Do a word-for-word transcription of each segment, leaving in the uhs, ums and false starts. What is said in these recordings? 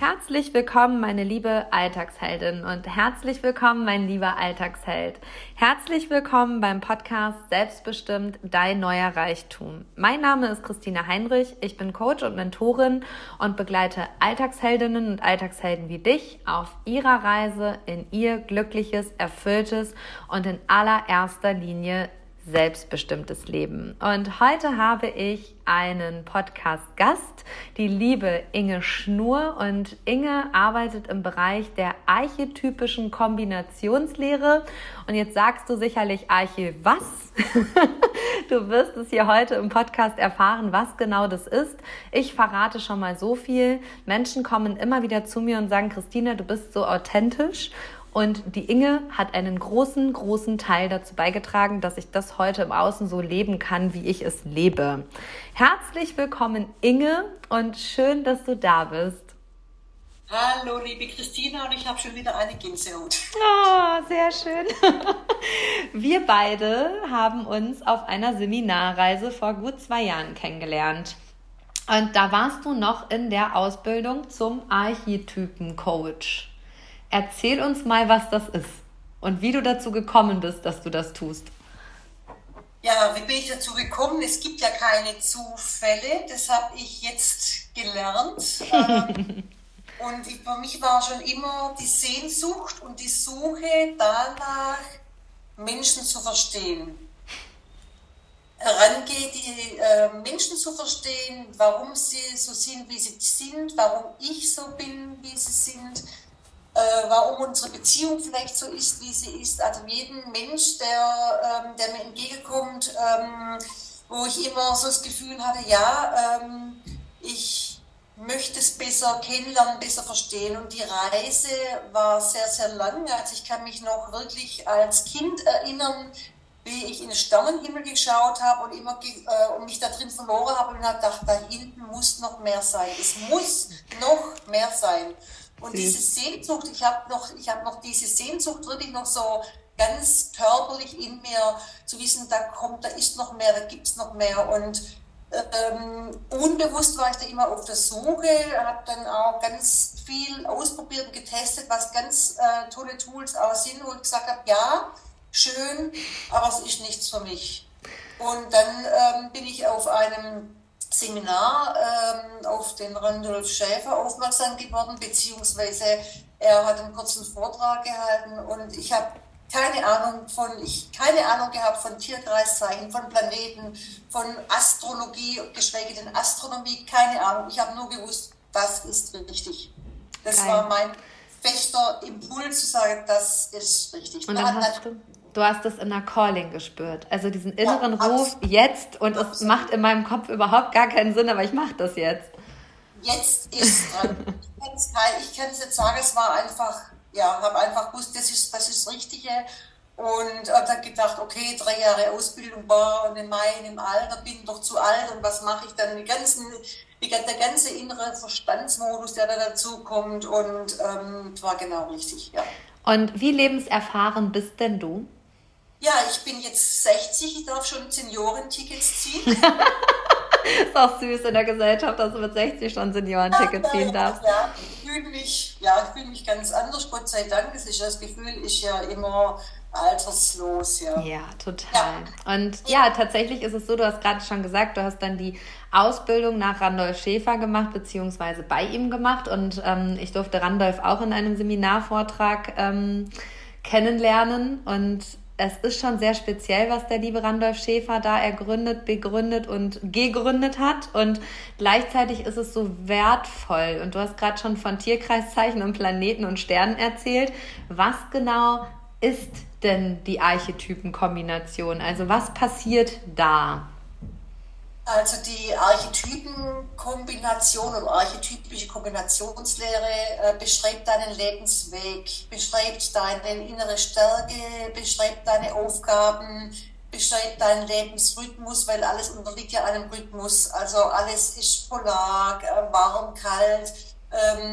Herzlich willkommen, meine liebe Alltagsheldin und herzlich willkommen, mein lieber Alltagsheld. Herzlich willkommen beim Podcast Selbstbestimmt, dein neuer Reichtum. Mein Name ist Christina Heinrich, ich bin Coach und Mentorin und begleite Alltagsheldinnen und Alltagshelden wie dich auf ihrer Reise in ihr glückliches, erfülltes und in allererster Linie selbstbestimmtes Leben. Und heute habe ich einen Podcast-Gast, die liebe Inge Schnur. Und Inge arbeitet im Bereich der archetypischen Kombinationslehre. Und jetzt sagst du sicherlich, Arche, was? Du wirst es hier heute im Podcast erfahren, was genau das ist. Ich verrate schon mal so viel. Menschen kommen immer wieder zu mir und sagen, Christina, du bist so authentisch. Und die Inge hat einen großen, großen Teil dazu beigetragen, dass ich das heute im Außen so leben kann, wie ich es lebe. Herzlich willkommen, Inge, und schön, dass du da bist. Hallo, liebe Christina, und ich habe schon wieder eine Gänsehaut. Oh, sehr schön. Wir beide haben uns auf einer Seminarreise vor gut zwei Jahren kennengelernt. Und da warst du noch in der Ausbildung zum Archetypen-Coach. Erzähl uns mal, was das ist und wie du dazu gekommen bist, dass du das tust. Ja, wie bin ich dazu gekommen? Es gibt ja keine Zufälle, das habe ich jetzt gelernt. Und ich, für mich war schon immer die Sehnsucht und die Suche danach, Menschen zu verstehen. Herangeht, die äh, Menschen zu verstehen, warum sie so sind, wie sie sind, warum ich so bin, wie sie sind. Äh, warum unsere Beziehung vielleicht so ist, wie sie ist. Also jeden Mensch, der, ähm, der mir entgegenkommt, ähm, wo ich immer so das Gefühl hatte, ja, ähm, ich möchte es besser kennenlernen, besser verstehen. Und die Reise war sehr, sehr lang. Also ich kann mich noch wirklich als Kind erinnern, wie ich in den Sternenhimmel geschaut habe und immer ge- äh, und mich da drin verloren habe und habe gedacht, da hinten muss noch mehr sein. Es muss noch mehr sein. Und Süß. Diese Sehnsucht, ich habe noch, ich habe noch diese Sehnsucht wirklich noch so ganz körperlich in mir, zu wissen, da kommt, da ist noch mehr, da gibt es noch mehr. Und ähm, unbewusst war ich da immer auf der Suche, habe dann auch ganz viel ausprobiert und getestet, was ganz äh, tolle Tools auch sind, wo ich gesagt habe, ja, schön, aber es ist nichts für mich. Und dann ähm, bin ich auf einem Seminar ähm, auf den Randolph Schäfer aufmerksam geworden, beziehungsweise er hat einen kurzen Vortrag gehalten und ich habe keine Ahnung von, ich keine Ahnung gehabt von Tierkreiszeichen, von Planeten, von Astrologie, geschweige denn Astronomie, keine Ahnung. Ich habe nur gewusst, das ist richtig. Das Geil. war mein fester Impuls zu sagen, das ist richtig. Und Da dann hat hast du, du hast es in der Calling gespürt, also diesen inneren Ja, Ruf absolut. jetzt, und es Absolut. macht in meinem Kopf überhaupt gar keinen Sinn, aber ich mache das jetzt. Jetzt ist es dran. Ich kann es kein- ich kann es jetzt sagen, es war einfach, ja, habe einfach gewusst, das ist das, ist das Richtige. Und habe dann gedacht, okay, drei Jahre Ausbildung, boah, und im Mai, im Alter, bin doch zu alt und was mache ich dann? Die ganzen, die, der ganze innere Verstandsmodus, der da dazu kommt, und ähm, war genau richtig, ja. Und wie lebenserfahren bist denn du? Ja, ich bin jetzt sechzig, ich darf schon Seniorentickets ziehen. Ist auch süß in der Gesellschaft, dass du mit sechzig schon Seniorenticket ziehen darfst. Ja, ich fühle mich, ja, ich fühle mich ganz anders, Gott sei Dank. Das, ist, das Gefühl ist ja immer alterslos, ja. Ja, total. Und ja, tatsächlich ist es so, du hast gerade schon gesagt, du hast dann die Ausbildung nach Randolph Schäfer gemacht, beziehungsweise bei ihm gemacht. Und ähm, ich durfte Randolph auch in einem Seminarvortrag ähm, kennenlernen. Und es ist schon sehr speziell, was der liebe Randolph Schäfer da ergründet, begründet und gegründet hat. Und gleichzeitig ist es so wertvoll. Und du hast gerade schon von Tierkreiszeichen und Planeten und Sternen erzählt. Was genau ist denn die Archetypenkombination? Also was passiert da? Also die Archetypenkombination oder archetypische Kombinationslehre äh, beschreibt deinen Lebensweg, beschreibt deine innere Stärke, beschreibt deine Aufgaben, beschreibt deinen Lebensrhythmus, weil alles unterliegt ja einem Rhythmus. Also alles ist polar, äh, warm, kalt, ähm,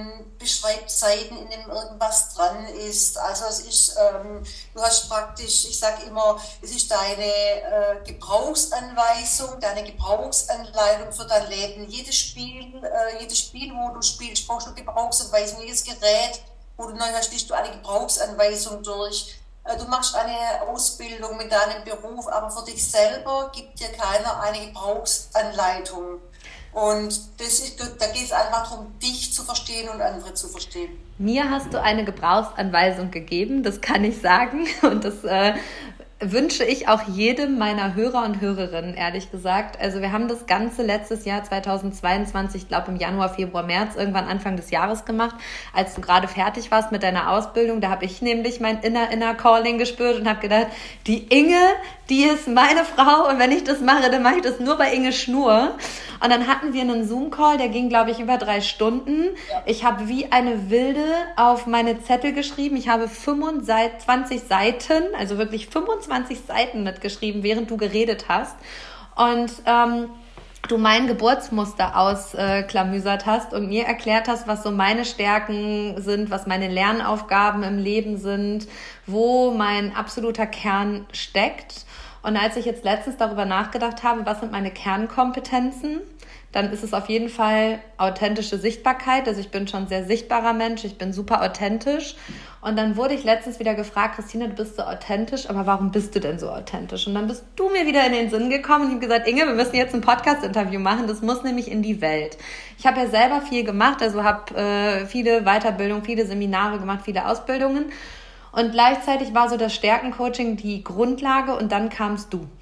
beschreibt Seiten, in denen irgendwas dran ist. Also es ist, ähm, du hast praktisch, ich sage immer, es ist deine äh, Gebrauchsanweisung, deine Gebrauchsanleitung für dein Leben. Jedes Spiel, äh, jedes Spiel, wo du spielst, brauchst du Gebrauchsanweisung. Jedes Gerät, wo du neu hast, liest du eine Gebrauchsanweisung durch. Äh, du machst eine Ausbildung mit deinem Beruf, aber für dich selber gibt dir keiner eine Gebrauchsanleitung. Und das ist, da geht es einfach darum, dich zu verstehen und andere zu verstehen. Mir hast du eine Gebrauchsanweisung gegeben, das kann ich sagen. Und das äh, wünsche ich auch jedem meiner Hörer und Hörerinnen, ehrlich gesagt. Also wir haben das ganze letztes Jahr zweitausendzweiundzwanzig, ich glaube im Januar, Februar, März, irgendwann Anfang des Jahres gemacht, als du gerade fertig warst mit deiner Ausbildung. Da habe ich nämlich mein Inner Inner Calling gespürt und habe gedacht, die Inge, die ist meine Frau und wenn ich das mache, dann mache ich das nur bei Inge Schnur. Und dann hatten wir einen Zoom-Call, der ging, glaube ich, über drei Stunden. Ja. Ich habe wie eine Wilde auf meine Zettel geschrieben. Ich habe fünfundzwanzig Seiten, also wirklich fünfundzwanzig Seiten mitgeschrieben, während du geredet hast. Und ähm, du mein Geburtsmuster ausklamüsert hast und mir erklärt hast, was so meine Stärken sind, was meine Lernaufgaben im Leben sind, wo mein absoluter Kern steckt. Und als ich jetzt letztens darüber nachgedacht habe, was sind meine Kernkompetenzen, dann ist es auf jeden Fall authentische Sichtbarkeit. Also ich bin schon ein sehr sichtbarer Mensch, ich bin super authentisch. Und dann wurde ich letztens wieder gefragt, Christina, du bist so authentisch, aber warum bist du denn so authentisch? Und dann bist du mir wieder in den Sinn gekommen und ich habe gesagt, Inge, wir müssen jetzt ein Podcast-Interview machen, das muss nämlich in die Welt. Ich habe ja selber viel gemacht, also habe äh, viele Weiterbildungen, viele Seminare gemacht, viele Ausbildungen. Und gleichzeitig war so das Stärkencoaching die Grundlage und dann kamst du.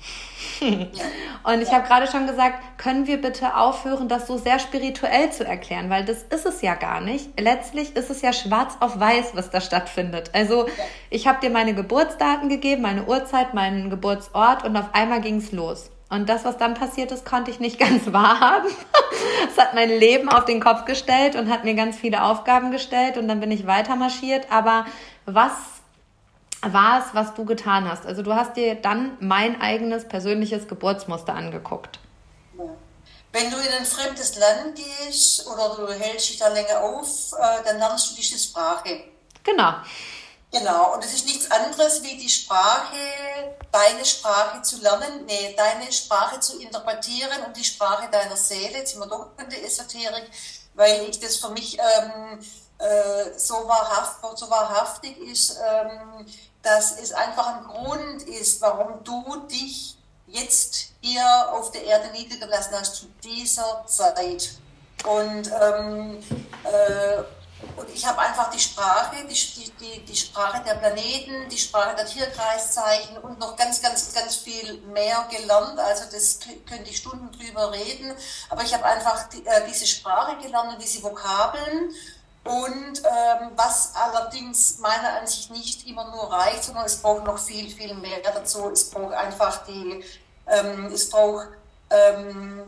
Und ich habe gerade schon gesagt, können wir bitte aufhören, das so sehr spirituell zu erklären, weil das ist es ja gar nicht. Letztlich ist es ja schwarz auf weiß, was da stattfindet. Also ich habe dir meine Geburtsdaten gegeben, meine Uhrzeit, meinen Geburtsort und auf einmal ging es los. Und das, was dann passiert ist, konnte ich nicht ganz wahrhaben. Es hat mein Leben auf den Kopf gestellt und hat mir ganz viele Aufgaben gestellt und dann bin ich weiter marschiert. Aber was war es, was du getan hast? Also du hast dir dann mein eigenes persönliches Geburtsmuster angeguckt. Ja. Wenn du in ein fremdes Land gehst oder du hältst dich da länger auf, dann lernst du diese Sprache. Genau. Genau, und es ist nichts anderes, wie die Sprache, deine Sprache zu lernen, nee, deine Sprache zu interpretieren und die Sprache deiner Seele. Jetzt sind wir doch in der Esoterik, weil ich das für mich ähm, äh, so, wahrhaft, so wahrhaftig ist, ähm, dass es einfach ein Grund ist, warum du dich jetzt hier auf der Erde niedergelassen hast zu dieser Zeit. Und, ähm, äh, und ich habe einfach die Sprache, die, die, die Sprache der Planeten, die Sprache der Tierkreiszeichen und noch ganz, ganz, ganz viel mehr gelernt. Also das könnte ich Stunden drüber reden. Aber ich habe einfach die, äh, diese Sprache gelernt und diese Vokabeln. Und ähm, was allerdings meiner Ansicht nicht immer nur reicht, sondern es braucht noch viel, viel mehr dazu. Es braucht einfach die, ähm, es braucht ähm,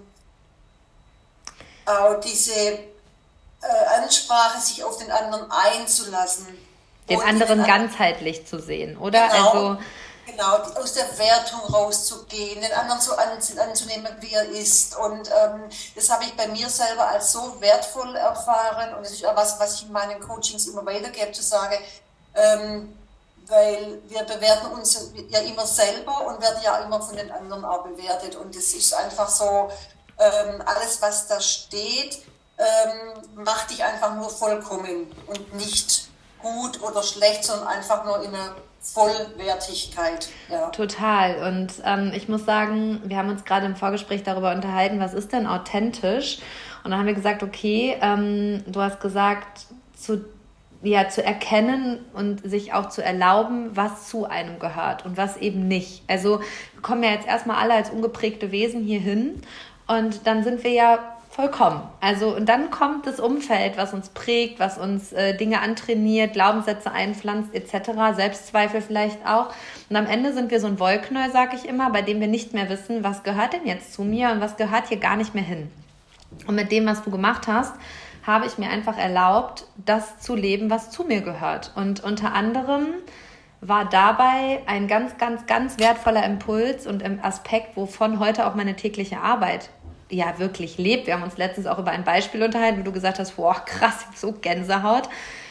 auch diese äh, Ansprache, sich auf den anderen einzulassen. Den anderen den ganzheitlich zu sehen, oder? Genau. Also Genau, aus der Wertung rauszugehen, den anderen so anzunehmen, wie er ist. Und ähm, das habe ich bei mir selber als so wertvoll erfahren. Und das ist auch was, was ich in meinen Coachings immer weitergebe, zu sagen, ähm, weil wir bewerten uns ja immer selber und werden ja immer von den anderen auch bewertet. Und das ist einfach so, ähm, alles, was da steht, ähm, macht dich einfach nur vollkommen und nicht gut oder schlecht, sondern einfach nur in einer Vollwertigkeit. Ja. Total. Und ähm, ich muss sagen, wir haben uns gerade im Vorgespräch darüber unterhalten, was ist denn authentisch? Und dann haben wir gesagt, okay, ähm, du hast gesagt, zu, ja, zu erkennen und sich auch zu erlauben, was zu einem gehört und was eben nicht. Also wir kommen ja jetzt erstmal alle als ungeprägte Wesen hier hin und dann sind wir ja vollkommen. Also und dann kommt das Umfeld, was uns prägt, was uns äh, Dinge antrainiert, Glaubenssätze einpflanzt et cetera, Selbstzweifel vielleicht auch. Und am Ende sind wir so ein Wollknäuel, sage ich immer, bei dem wir nicht mehr wissen, was gehört denn jetzt zu mir und was gehört hier gar nicht mehr hin. Und mit dem, was du gemacht hast, habe ich mir einfach erlaubt, das zu leben, was zu mir gehört. Und unter anderem war dabei ein ganz, ganz, ganz wertvoller Impuls und Aspekt, wovon heute auch meine tägliche Arbeit ja wirklich lebt. Wir haben uns letztens auch über ein Beispiel unterhalten, wo du gesagt hast, boah, krass, ich hab so Gänsehaut.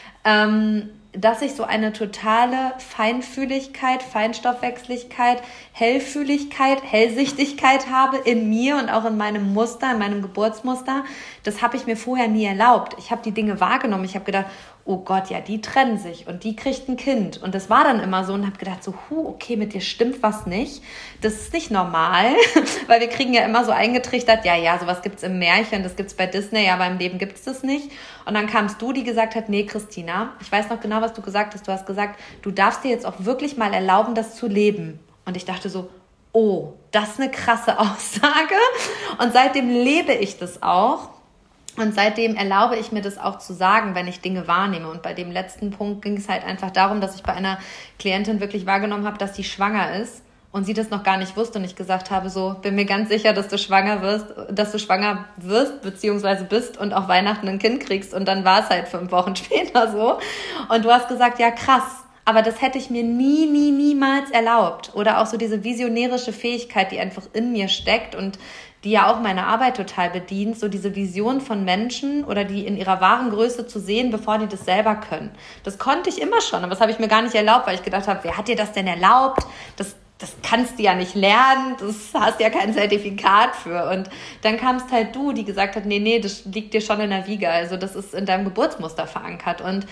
Ähm, dass ich so eine totale Feinfühligkeit, Feinstoffwechslichkeit, Hellfühligkeit, Hellsichtigkeit habe in mir und auch in meinem Muster, in meinem Geburtsmuster. Das habe ich mir vorher nie erlaubt. Ich habe die Dinge wahrgenommen. Ich habe gedacht, oh Gott, ja, die trennen sich und die kriegt ein Kind. Und das war dann immer so und habe gedacht, so, hu, okay, mit dir stimmt was nicht. Das ist nicht normal, weil wir kriegen ja immer so eingetrichtert, ja, ja, sowas gibt's im Märchen, das gibt's bei Disney, aber im Leben gibt's das nicht. Und dann kamst du, die gesagt hat, nee, Christina, ich weiß noch genau, was du gesagt hast. Du hast gesagt, du darfst dir jetzt auch wirklich mal erlauben, das zu leben. Und ich dachte so, oh, das ist eine krasse Aussage. Und seitdem lebe ich das auch. Und seitdem erlaube ich mir das auch zu sagen, wenn ich Dinge wahrnehme. Und bei dem letzten Punkt ging es halt einfach darum, dass ich bei einer Klientin wirklich wahrgenommen habe, dass sie schwanger ist und sie das noch gar nicht wusste und ich gesagt habe, so, bin mir ganz sicher, dass du schwanger wirst, dass du schwanger wirst, beziehungsweise bist und auch Weihnachten ein Kind kriegst. Und dann war es halt fünf Wochen später so. Und du hast gesagt, ja krass, aber das hätte ich mir nie, nie, niemals erlaubt. Oder auch so diese visionärische Fähigkeit, die einfach in mir steckt und die ja auch meine Arbeit total bedient, so diese Vision von Menschen oder die in ihrer wahren Größe zu sehen, bevor die das selber können. Das konnte ich immer schon, aber das habe ich mir gar nicht erlaubt, weil ich gedacht habe, wer hat dir das denn erlaubt? Das, das kannst du ja nicht lernen, das hast ja kein Zertifikat für. Und dann kamst halt du, die gesagt hat, nee, nee, das liegt dir schon in der Wiege, also das ist in deinem Geburtsmuster verankert. Und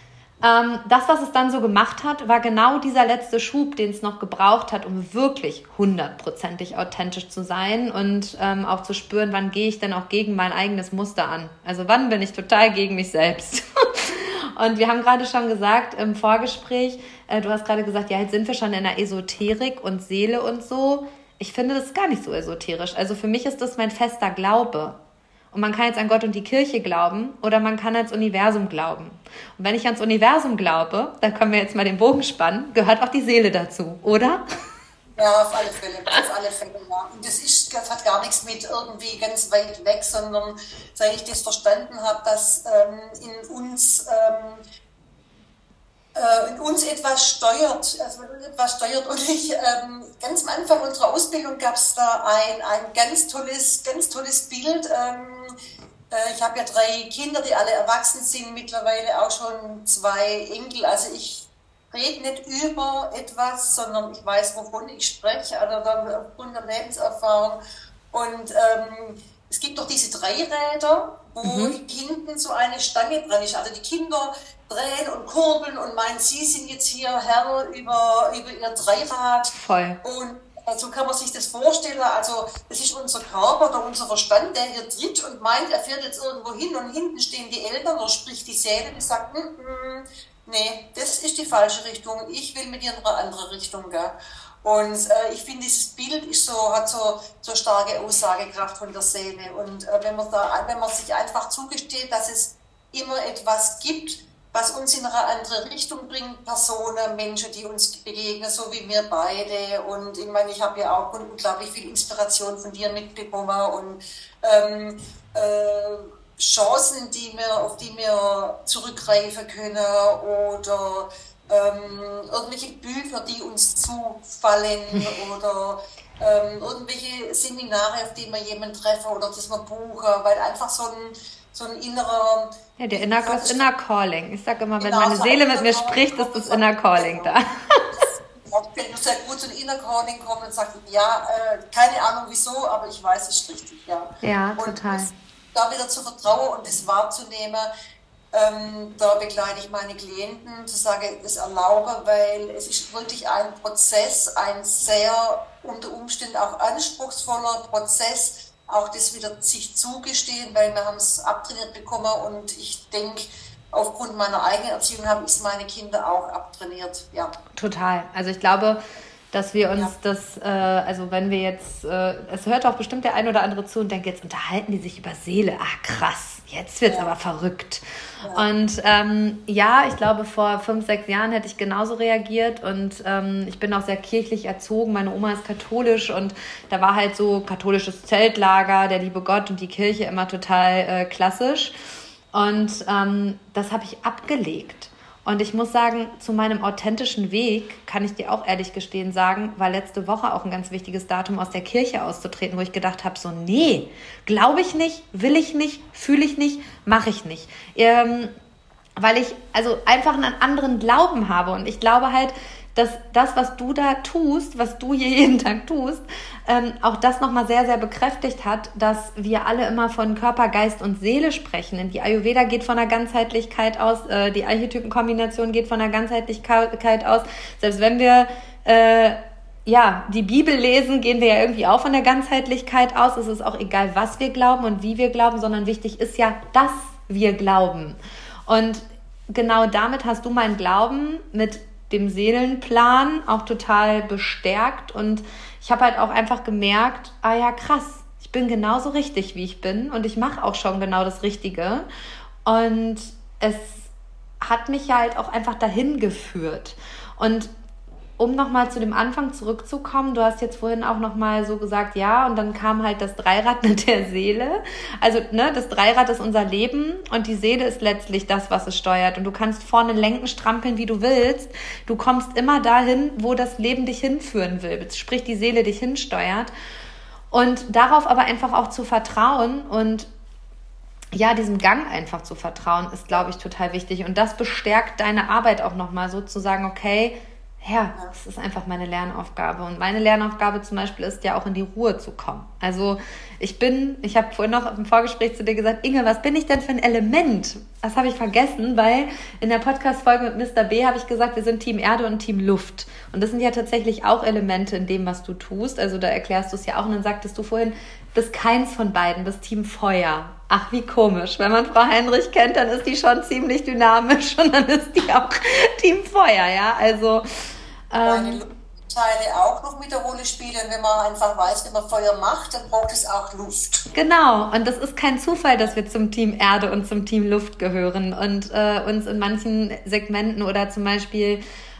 Ähm, das, was es dann so gemacht hat, war genau dieser letzte Schub, den es noch gebraucht hat, um wirklich hundertprozentig authentisch zu sein und ähm, auch zu spüren, wann gehe ich denn auch gegen mein eigenes Muster an. Also wann bin ich total gegen mich selbst. Und wir haben gerade schon gesagt im Vorgespräch, äh, du hast gerade gesagt, ja, jetzt sind wir schon in der Esoterik und Seele und so. Ich finde das gar nicht so esoterisch. Also für mich ist das mein fester Glaube. Und man kann jetzt an Gott und die Kirche glauben oder man kann ans Universum glauben. Und wenn ich ans Universum glaube, da können wir jetzt mal den Bogen spannen, gehört auch die Seele dazu, oder? Ja, auf alle Fälle, auf alle Fälle, ja. Und das, ist, das hat gar nichts mit irgendwie ganz weit weg, sondern seit ich das verstanden habe, dass ähm, in uns ähm, äh, in uns etwas steuert, also etwas steuert. Und ich, ähm, ganz am Anfang unserer Ausbildung gab es da ein, ein ganz tolles, ganz tolles Bild. Ähm, äh, ich habe ja drei Kinder, die alle erwachsen sind, mittlerweile auch schon zwei Enkel. Also ich rede nicht über etwas, sondern ich weiß, wovon ich spreche, also dann aufgrund der Lebenserfahrung. Und ähm, es gibt doch diese Dreiräder, wo mhm. hinten so eine Stange dran ist. Also die Kinder drehen und kurbeln und meinen, sie sind jetzt hier Herr über, über ihr Dreirad. Voll. Und so kann man sich das vorstellen. Also das ist unser Körper oder unser Verstand, der hier tritt und meint, er fährt jetzt irgendwo hin und hinten stehen die Eltern oder sprich die Seele, die sagt, mm, mm, nee, das ist die falsche Richtung, ich will mit dir in eine andere Richtung gehen. Und äh, ich finde, dieses Bild ist so, hat so, so starke Aussagekraft von der Seele. Und äh, wenn man da, wenn man sich einfach zugesteht, dass es immer etwas gibt, was uns in eine andere Richtung bringt, Personen, Menschen, die uns begegnen, so wie wir beide. Und ich meine, ich habe ja auch unglaublich viel Inspiration von dir mitbekommen und ähm, äh, Chancen, die wir, auf die wir zurückgreifen können oder ähm, irgendwelche Bücher, die uns zufallen oder ähm, irgendwelche Seminare, auf die wir jemanden treffen oder das wir buchen, weil einfach so ein, so ein innerer... Ja, der inner, das Inner Calling. Ich sage immer, wenn genau, meine Seele mit mir spricht, ist das Inner Calling da. Wenn du sehr gut zu einem Inner Calling kommst und sagst, ja, äh, keine Ahnung wieso, aber ich weiß es richtig, ja. Ja, und total. Das, da wieder zu vertrauen und das wahrzunehmen, ähm, da begleite ich meine Klienten, zu sagen, das erlaube, weil es ist wirklich ein Prozess, ein sehr unter Umständen auch anspruchsvoller Prozess, auch das wieder sich zugestehen, weil wir haben es abtrainiert bekommen und ich denke, aufgrund meiner eigenen Erziehung habe ich es meine Kinder auch abtrainiert, ja. Total. Also ich glaube, dass wir uns ja. das, äh, also wenn wir jetzt, äh, es hört auch bestimmt der ein oder andere zu und denkt, jetzt unterhalten die sich über Seele. Ach krass, jetzt wird's ja. aber verrückt. Ja. Und ähm, ja, ich glaube, vor fünf, sechs Jahren hätte ich genauso reagiert und ähm, ich bin auch sehr kirchlich erzogen. Meine Oma ist katholisch und da war halt so katholisches Zeltlager, der liebe Gott und die Kirche immer total äh, klassisch. Und ähm, das habe ich abgelegt. Und ich muss sagen, zu meinem authentischen Weg, kann ich dir auch ehrlich gestehen sagen, war letzte Woche auch ein ganz wichtiges Datum, aus der Kirche auszutreten, wo ich gedacht habe, so nee, glaube ich nicht, will ich nicht, fühle ich nicht, mache ich nicht. Ähm, weil ich also einfach einen anderen Glauben habe. Und ich glaube halt, dass das, was du da tust, was du hier jeden Tag tust, ähm, auch das nochmal sehr, sehr bekräftigt hat, dass wir alle immer von Körper, Geist und Seele sprechen. Und die Ayurveda geht von der Ganzheitlichkeit aus, äh, die Archetypenkombination geht von der Ganzheitlichkeit aus. Selbst wenn wir äh, ja die Bibel lesen, gehen wir ja irgendwie auch von der Ganzheitlichkeit aus. Es ist auch egal, was wir glauben und wie wir glauben, sondern wichtig ist ja, dass wir glauben. Und genau damit hast du meinen Glauben mit dem Seelenplan auch total bestärkt und ich habe halt auch einfach gemerkt, ah ja krass, ich bin genauso richtig, wie ich bin und ich mache auch schon genau das Richtige und es hat mich halt auch einfach dahin geführt. Und um nochmal zu dem Anfang zurückzukommen, du hast jetzt vorhin auch nochmal so gesagt, ja, und dann kam halt das Dreirad mit der Seele. Also, ne, das Dreirad ist unser Leben und die Seele ist letztlich das, was es steuert. Und du kannst vorne lenken, strampeln, wie du willst. Du kommst immer dahin, wo das Leben dich hinführen will, sprich die Seele dich hinsteuert. Und darauf aber einfach auch zu vertrauen und ja, diesem Gang einfach zu vertrauen, ist, glaube ich, total wichtig. Und das bestärkt deine Arbeit auch nochmal so zu sagen, okay, ja, das ist einfach meine Lernaufgabe. Und meine Lernaufgabe zum Beispiel ist ja auch in die Ruhe zu kommen. Also ich bin, ich habe vorhin noch im Vorgespräch zu dir gesagt, Inge, was bin ich denn für ein Element? Das habe ich vergessen, weil in der Podcast-Folge mit Mister B habe ich gesagt, wir sind Team Erde und Team Luft. Und das sind ja tatsächlich auch Elemente in dem, was du tust. Also da erklärst du es ja auch. Und dann sagtest du vorhin, bist keins von beiden, bist Team Feuer. Ach, wie komisch. Wenn man Frau Heinrich kennt, dann ist die schon ziemlich dynamisch und dann ist die auch Team Feuer, ja. Also meine Teile auch noch mit der Rolle spielen. Wenn man einfach weiß, wenn man Feuer macht, dann braucht es auch Luft. Genau, und das ist kein Zufall, dass wir zum Team Erde und zum Team Luft gehören und äh, uns in manchen Segmenten oder zum Beispiel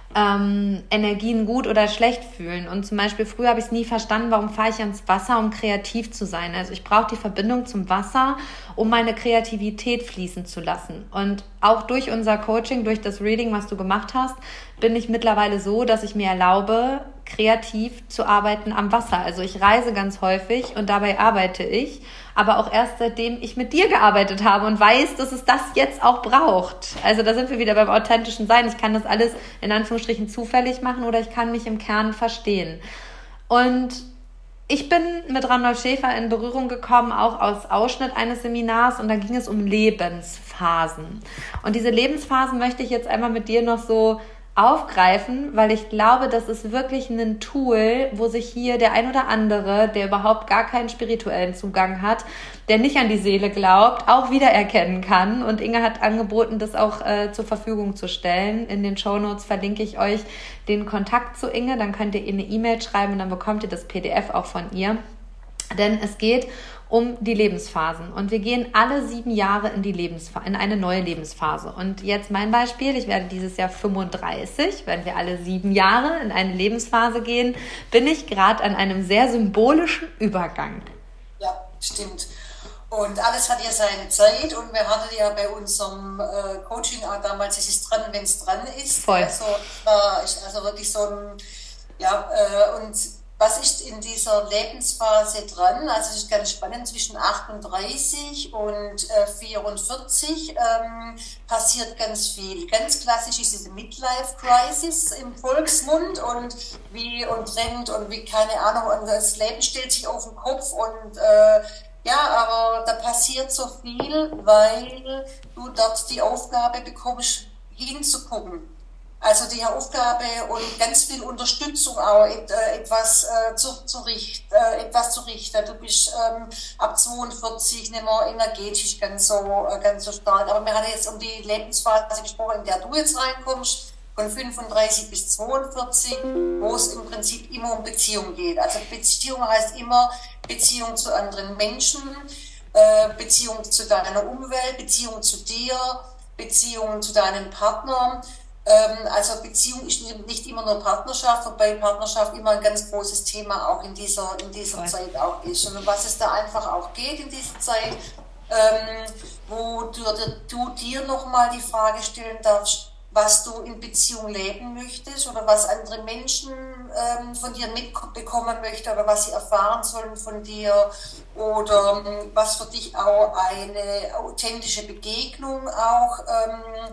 ähm, Energien gut oder schlecht fühlen. Und zum Beispiel früher habe ich es nie verstanden, warum fahre ich ans Wasser, um kreativ zu sein. Also ich brauche die Verbindung zum Wasser, um meine Kreativität fließen zu lassen. Und auch durch unser Coaching, durch das Reading, was du gemacht hast, bin ich mittlerweile so, dass ich mir erlaube, kreativ zu arbeiten am Wasser. Also ich reise ganz häufig und dabei arbeite ich, aber auch erst seitdem ich mit dir gearbeitet habe und weiß, dass es das jetzt auch braucht. Also da sind wir wieder beim authentischen Sein. Ich kann das alles in Anführungsstrichen zufällig machen oder ich kann mich im Kern verstehen. Und ich bin mit Randolph Schäfer in Berührung gekommen, auch aus Ausschnitt eines Seminars und da ging es um Lebensphasen. Und diese Lebensphasen möchte ich jetzt einmal mit dir noch so aufgreifen, weil ich glaube, das ist wirklich ein Tool, wo sich hier der ein oder andere, der überhaupt gar keinen spirituellen Zugang hat, der nicht an die Seele glaubt, auch wiedererkennen kann. Und Inge hat angeboten, das auch äh, zur Verfügung zu stellen. In den Shownotes verlinke ich euch den Kontakt zu Inge, dann könnt ihr ihr eine E-Mail schreiben und dann bekommt ihr das P D F auch von ihr. Denn es geht um die Lebensphasen. Und wir gehen alle sieben Jahre in die Lebensphase, in eine neue Lebensphase. Und jetzt mein Beispiel, ich werde dieses Jahr fünfunddreißig, wenn wir alle sieben Jahre in eine Lebensphase gehen, bin ich gerade an einem sehr symbolischen Übergang. Ja, stimmt. Und alles hat ja seine Zeit und wir hatten ja bei unserem äh, Coaching auch damals, es ist dran, wenn es dran ist. Voll. Also, äh, ist also wirklich so ein, ja, äh, und was ist in dieser Lebensphase dran? Also es ist ganz spannend, zwischen achtunddreißig und äh, vierundvierzig ähm, passiert ganz viel. Ganz klassisch ist diese Midlife-Crisis im Volksmund und wie und rennt und wie, keine Ahnung, und das Leben stellt sich auf den Kopf und äh, ja, aber da passiert so viel, weil du dort die Aufgabe bekommst, hinzugucken. Also die Aufgabe und ganz viel Unterstützung auch, etwas, äh, zu, zu richt, äh, etwas zu richten. Du bist ähm, ab zweiundvierzig nicht mehr energetisch ganz so, äh, ganz so stark. Aber wir haben jetzt um die Lebensphase gesprochen, in der du jetzt reinkommst, von fünfunddreißig bis zweiundvierzig, wo es im Prinzip immer um Beziehung geht. Also Beziehung heißt immer Beziehung zu anderen Menschen, äh, Beziehung zu deiner Umwelt, Beziehung zu dir, Beziehung zu deinem Partner. Also Beziehung ist nicht immer nur Partnerschaft, wobei Partnerschaft immer ein ganz großes Thema auch in dieser, in dieser Zeit auch ist. Und um was es da einfach auch geht in dieser Zeit, ähm, wo du, du dir nochmal die Frage stellen darfst, was du in Beziehung leben möchtest oder was andere Menschen ähm, von dir mitbekommen möchten oder was sie erfahren sollen von dir oder ähm, was für dich auch eine authentische Begegnung auch ähm,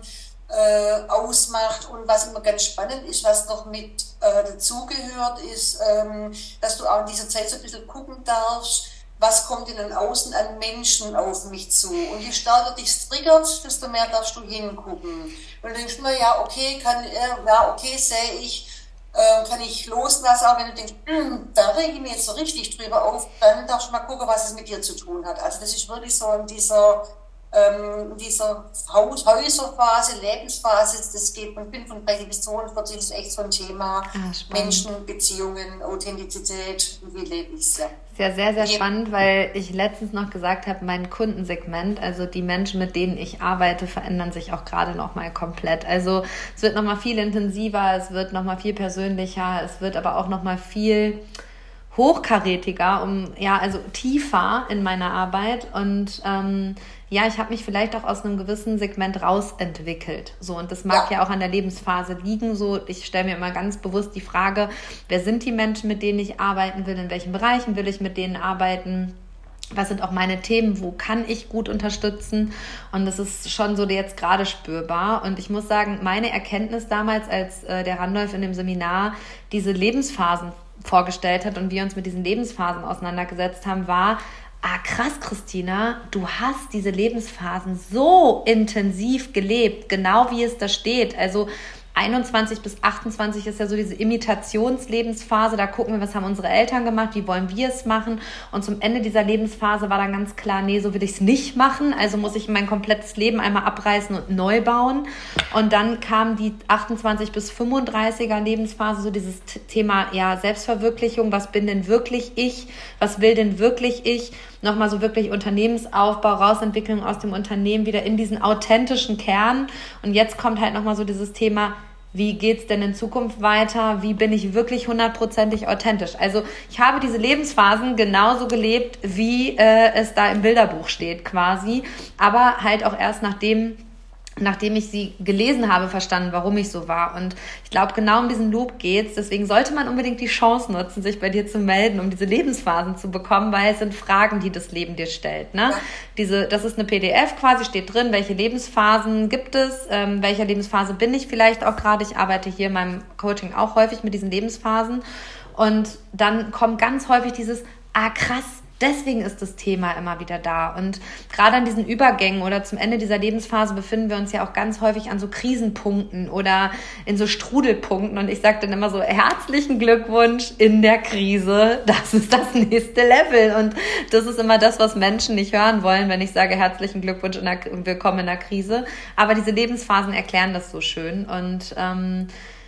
äh, ausmacht. Und was immer ganz spannend ist, was noch mit äh, dazugehört, ist, ähm, dass du auch in dieser Zeit so ein bisschen gucken darfst, was kommt in den Außen an Menschen auf mich zu. Und je stärker dich triggert, desto mehr darfst du hingucken. Und dann denkst du mir, ja, okay, kann, ja, okay, sehe ich, äh, kann ich loslassen. Aber wenn du denkst, da rege ich mich jetzt so richtig drüber auf, dann darfst du mal gucken, was es mit dir zu tun hat. Also das ist wirklich so in dieser, ähm, in dieser Haus Häuserphase, Lebensphase, das geht von fünfunddreißig bis zweiundvierzig, das ist echt so ein Thema. Ah, Menschen, Beziehungen, Authentizität, wie lebe ich es, ja. Ja, sehr, sehr spannend, weil ich letztens noch gesagt habe, mein Kundensegment, also die Menschen, mit denen ich arbeite, verändern sich auch gerade nochmal komplett. Also es wird nochmal viel intensiver, es wird nochmal viel persönlicher, es wird aber auch nochmal viel hochkarätiger, um ja, also tiefer in meiner Arbeit. Und ähm, ja, ich habe mich vielleicht auch aus einem gewissen Segment rausentwickelt. So, und das mag ja, ja auch an der Lebensphase liegen. So, ich stelle mir immer ganz bewusst die Frage, wer sind die Menschen, mit denen ich arbeiten will, in welchen Bereichen will ich mit denen arbeiten? Was sind auch meine Themen, wo kann ich gut unterstützen? Und das ist schon so jetzt gerade spürbar. Und ich muss sagen, meine Erkenntnis damals, als äh, der Randolph in dem Seminar diese Lebensphasen vorgestellt hat und wir uns mit diesen Lebensphasen auseinandergesetzt haben, war, ah krass, Christina, du hast diese Lebensphasen so intensiv gelebt, genau wie es da steht. Also einundzwanzig bis achtundzwanzig ist ja so diese Imitationslebensphase, da gucken wir, was haben unsere Eltern gemacht, wie wollen wir es machen, und zum Ende dieser Lebensphase war dann ganz klar, nee, so will ich es nicht machen, also muss ich mein komplettes Leben einmal abreißen und neu bauen. Und dann kam die achtundzwanzig bis fünfunddreißiger Lebensphase, so dieses Thema, ja, Selbstverwirklichung, was bin denn wirklich ich, was will denn wirklich ich, nochmal so wirklich Unternehmensaufbau, Rausentwicklung aus dem Unternehmen, wieder in diesen authentischen Kern. Und jetzt kommt halt nochmal so dieses Thema, wie geht's denn in Zukunft weiter? Wie bin ich wirklich hundertprozentig authentisch? Also ich habe diese Lebensphasen genauso gelebt, wie äh, es da im Bilderbuch steht quasi, aber halt auch erst nachdem nachdem ich sie gelesen habe, verstanden, warum ich so war. Und ich glaube, genau um diesen Loop geht's. Deswegen sollte man unbedingt die Chance nutzen, sich bei dir zu melden, um diese Lebensphasen zu bekommen, weil es sind Fragen, die das Leben dir stellt. Ne? Ja. Diese, das ist eine P D F quasi, steht drin, welche Lebensphasen gibt es, ähm, welcher Lebensphase bin ich vielleicht auch gerade. Ich arbeite hier in meinem Coaching auch häufig mit diesen Lebensphasen. Und dann kommt ganz häufig dieses, ah krass, deswegen ist das Thema immer wieder da. Und gerade an diesen Übergängen oder zum Ende dieser Lebensphase befinden wir uns ja auch ganz häufig an so Krisenpunkten oder in so Strudelpunkten. Und ich sage dann immer so, herzlichen Glückwunsch in der Krise. Das ist das nächste Level. Und das ist immer das, was Menschen nicht hören wollen, wenn ich sage, herzlichen Glückwunsch in der, willkommen in der Krise. Aber diese Lebensphasen erklären das so schön. Und ähm,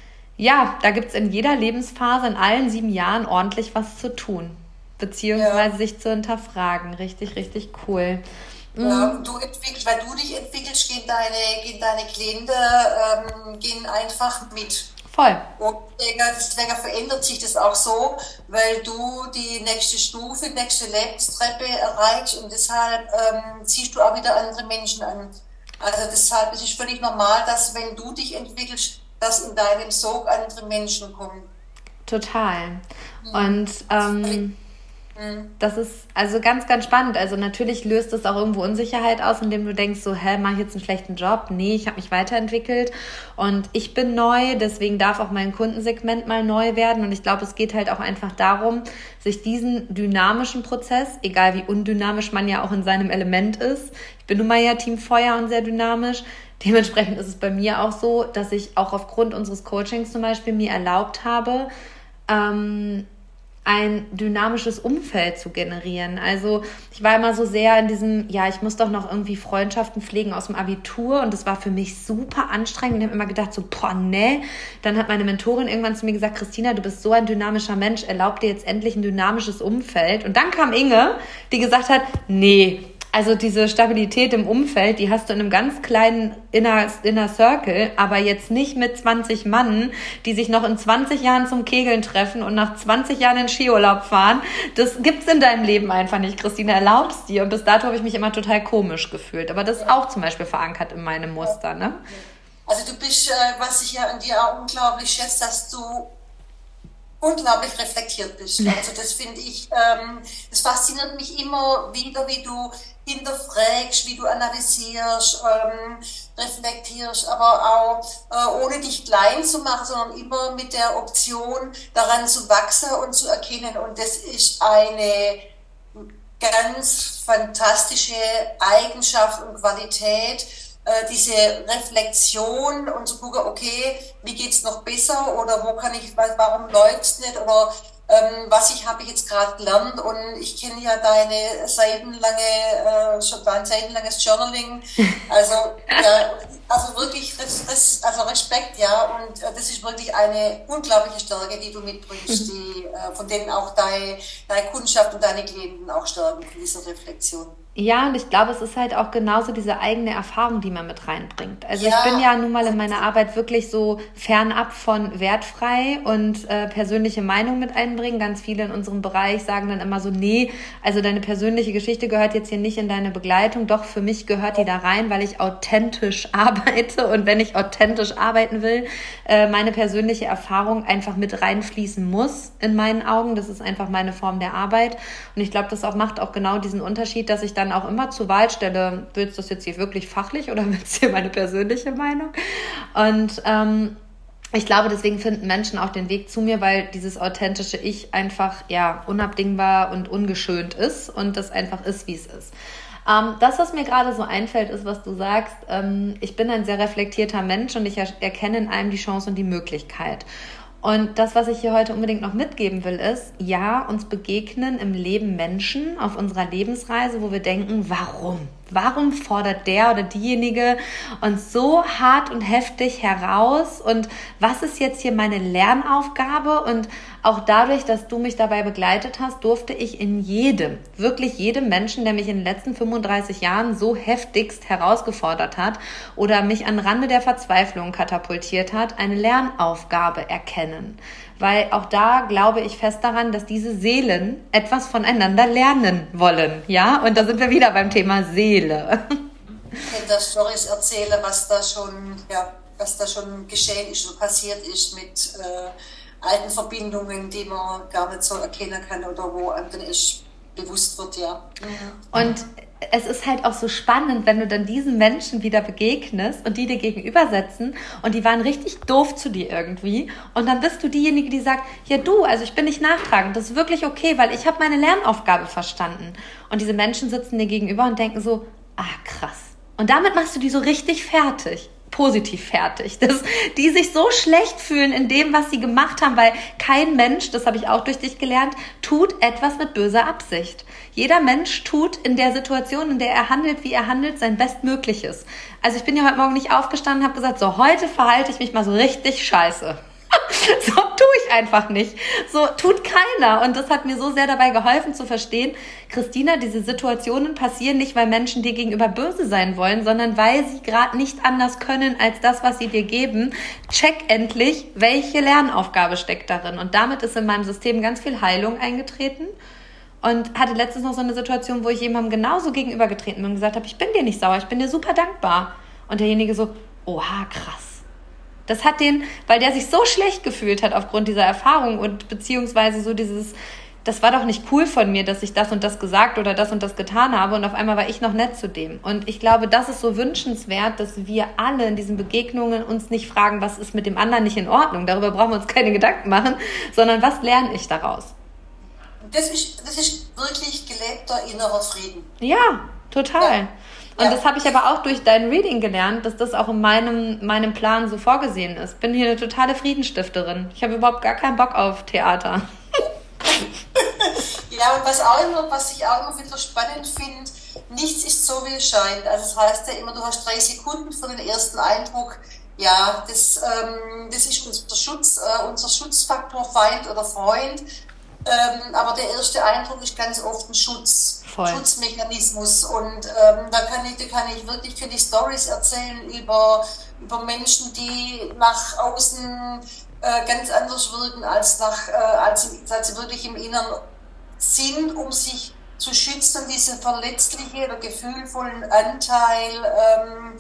ja, da gibt's in jeder Lebensphase, in allen sieben Jahren ordentlich was zu tun. Beziehungsweise ja. sich zu hinterfragen. Richtig, richtig cool. Ja, und du entwickelst, weil du dich entwickelst, gehen deine, gehen deine Klienten ähm, gehen einfach mit. Voll. Und deswegen verändert sich das auch so, weil du die nächste Stufe, die nächste Lebenstreppe erreichst und deshalb ähm, ziehst du auch wieder andere Menschen an. Also deshalb ist es völlig normal, dass wenn du dich entwickelst, dass in deinem Sog andere Menschen kommen. Total. Und ähm, das ist also ganz, ganz spannend. Also natürlich löst es auch irgendwo Unsicherheit aus, indem du denkst so, hä, mache ich jetzt einen schlechten Job? Nee, ich habe mich weiterentwickelt und ich bin neu, deswegen darf auch mein Kundensegment mal neu werden. Und ich glaube, es geht halt auch einfach darum, sich diesen dynamischen Prozess, egal wie undynamisch man ja auch in seinem Element ist, ich bin nun mal ja Team Feuer und sehr dynamisch, dementsprechend ist es bei mir auch so, dass ich auch aufgrund unseres Coachings zum Beispiel mir erlaubt habe, ähm, ein dynamisches Umfeld zu generieren. Also ich war immer so sehr in diesem, ja, ich muss doch noch irgendwie Freundschaften pflegen aus dem Abitur und das war für mich super anstrengend und ich habe immer gedacht so, boah, ne. Dann hat meine Mentorin irgendwann zu mir gesagt, Christina, du bist so ein dynamischer Mensch, erlaub dir jetzt endlich ein dynamisches Umfeld. Und dann kam Inge, die gesagt hat, nee, also diese Stabilität im Umfeld, die hast du in einem ganz kleinen Inner, Inner Circle, aber jetzt nicht mit zwanzig Mann, die sich noch in zwanzig Jahren zum Kegeln treffen und nach zwanzig Jahren in Skiurlaub fahren. Das gibt's in deinem Leben einfach nicht, Christina, erlaubst dir. Und bis dato habe ich mich immer total komisch gefühlt. Aber das ist auch zum Beispiel verankert in meinem Muster, ne? Also du bist, äh, was ich ja an dir auch unglaublich schätze, dass du unglaublich reflektiert bist. Also das finde ich, ähm, das fasziniert mich immer wieder, wie du hinterfragst, wie du analysierst, ähm, reflektierst, aber auch äh, ohne dich klein zu machen, sondern immer mit der Option, daran zu wachsen und zu erkennen. Und das ist eine ganz fantastische Eigenschaft und Qualität, äh, diese Reflexion und zu gucken, okay, wie geht's noch besser oder wo kann ich, warum läuft's nicht oder ähm, was ich habe ich jetzt gerade gelernt. Und ich kenne ja deine seitenlange, äh, dein seitenlanges Journaling, also ja, also wirklich res, res, also Respekt, ja, und äh, das ist wirklich eine unglaubliche Stärke, die du mitbringst, die, äh, von denen auch deine, deine Kundschaft und deine Klienten auch stärken, von dieser Reflexion. Ja, und ich glaube, es ist halt auch genauso diese eigene Erfahrung, die man mit reinbringt. Also Ja. ich bin ja nun mal in meiner Arbeit wirklich so fernab von wertfrei und äh, persönliche Meinung mit einbringen. Ganz viele in unserem Bereich sagen dann immer so, nee, also deine persönliche Geschichte gehört jetzt hier nicht in deine Begleitung. Doch, für mich gehört die da rein, weil ich authentisch arbeite. Und wenn ich authentisch arbeiten will, äh, meine persönliche Erfahrung einfach mit reinfließen muss in meinen Augen. Das ist einfach meine Form der Arbeit. Und ich glaube, das auch macht auch genau diesen Unterschied, dass ich dann auch immer zur Wahl stelle, willst du das jetzt hier wirklich fachlich oder willst du hier meine persönliche Meinung? Und ähm, ich glaube, deswegen finden Menschen auch den Weg zu mir, weil dieses authentische Ich einfach ja unabdingbar und ungeschönt ist und das einfach ist, wie es ist. Ähm, das, was mir gerade so einfällt, ist, was du sagst, ähm, ich bin ein sehr reflektierter Mensch und ich er- erkenne in allem die Chance und die Möglichkeit. Und das, was ich hier heute unbedingt noch mitgeben will, ist, ja, uns begegnen im Leben Menschen auf unserer Lebensreise, wo wir denken, warum? Warum fordert der oder diejenige uns so hart und heftig heraus? Und was ist jetzt hier meine Lernaufgabe? Und auch dadurch, dass du mich dabei begleitet hast, durfte ich in jedem, wirklich jedem Menschen, der mich in den letzten fünfunddreißig Jahren so heftigst herausgefordert hat oder mich an Rande der Verzweiflung katapultiert hat, eine Lernaufgabe erkennen. Weil auch da glaube ich fest daran, dass diese Seelen etwas voneinander lernen wollen. Ja, und da sind wir wieder beim Thema Seele. Ich kann da Storys erzählen, was da schon, ja, was da schon geschehen ist oder passiert ist mit äh, alten Verbindungen, die man gar nicht so erkennen kann oder wo einem dann erst bewusst wird, ja. Und es ist halt auch so spannend, wenn du dann diesen Menschen wieder begegnest und die dir gegenübersetzen und die waren richtig doof zu dir irgendwie und dann bist du diejenige, die sagt, ja du, also ich bin nicht nachtragend, das ist wirklich okay, weil ich habe meine Lernaufgabe verstanden. Und diese Menschen sitzen dir gegenüber und denken so, ah krass. Und damit machst du die so richtig fertig. Positiv fertig, dass die sich so schlecht fühlen in dem, was sie gemacht haben, weil kein Mensch, das habe ich auch durch dich gelernt, tut etwas mit böser Absicht. Jeder Mensch tut in der Situation, in der er handelt, wie er handelt, sein Bestmögliches. Also ich bin ja heute Morgen nicht aufgestanden und habe gesagt, so heute verhalte ich mich mal so richtig scheiße. So tue ich einfach nicht. So tut keiner. Und das hat mir so sehr dabei geholfen zu verstehen, Christina, diese Situationen passieren nicht, weil Menschen dir gegenüber böse sein wollen, sondern weil sie gerade nicht anders können als das, was sie dir geben. Check endlich, welche Lernaufgabe steckt darin. Und damit ist in meinem System ganz viel Heilung eingetreten. Und hatte letztens noch so eine Situation, wo ich jemandem genauso gegenübergetreten bin und gesagt habe, ich bin dir nicht sauer, ich bin dir super dankbar. Und derjenige so, oha, krass. Das hat den, weil der sich so schlecht gefühlt hat aufgrund dieser Erfahrung und beziehungsweise so dieses, das war doch nicht cool von mir, dass ich das und das gesagt oder das und das getan habe und auf einmal war ich noch nett zu dem. Und ich glaube, das ist so wünschenswert, dass wir alle in diesen Begegnungen uns nicht fragen, was ist mit dem anderen nicht in Ordnung, darüber brauchen wir uns keine Gedanken machen, sondern was lerne ich daraus? Das ist, das ist wirklich gelebter innerer Frieden. Ja, total. Ja. Und Ja. das habe ich aber auch durch dein Reading gelernt, dass das auch in meinem, meinem Plan so vorgesehen ist. Bin hier eine totale Friedensstifterin. Ich habe überhaupt gar keinen Bock auf Theater. Ja, und was auch immer, was ich auch immer wieder spannend finde, nichts ist so, wie es scheint. Also das heißt ja immer, du hast drei Sekunden für den ersten Eindruck. Ja, das, ähm, das ist unser Schutz, äh, unser Schutzfaktor, Feind oder Freund. Ähm, aber der erste Eindruck ist ganz oft ein Schutz, Voll. Schutzmechanismus. Und ähm, da kann ich, da kann ich wirklich für die Stories erzählen über, über Menschen, die nach außen äh, ganz anders wirken, als, nach, äh, als, als sie wirklich im Inneren sind, um sich zu schützen, diesen verletzlichen oder gefühlvollen Anteil ähm,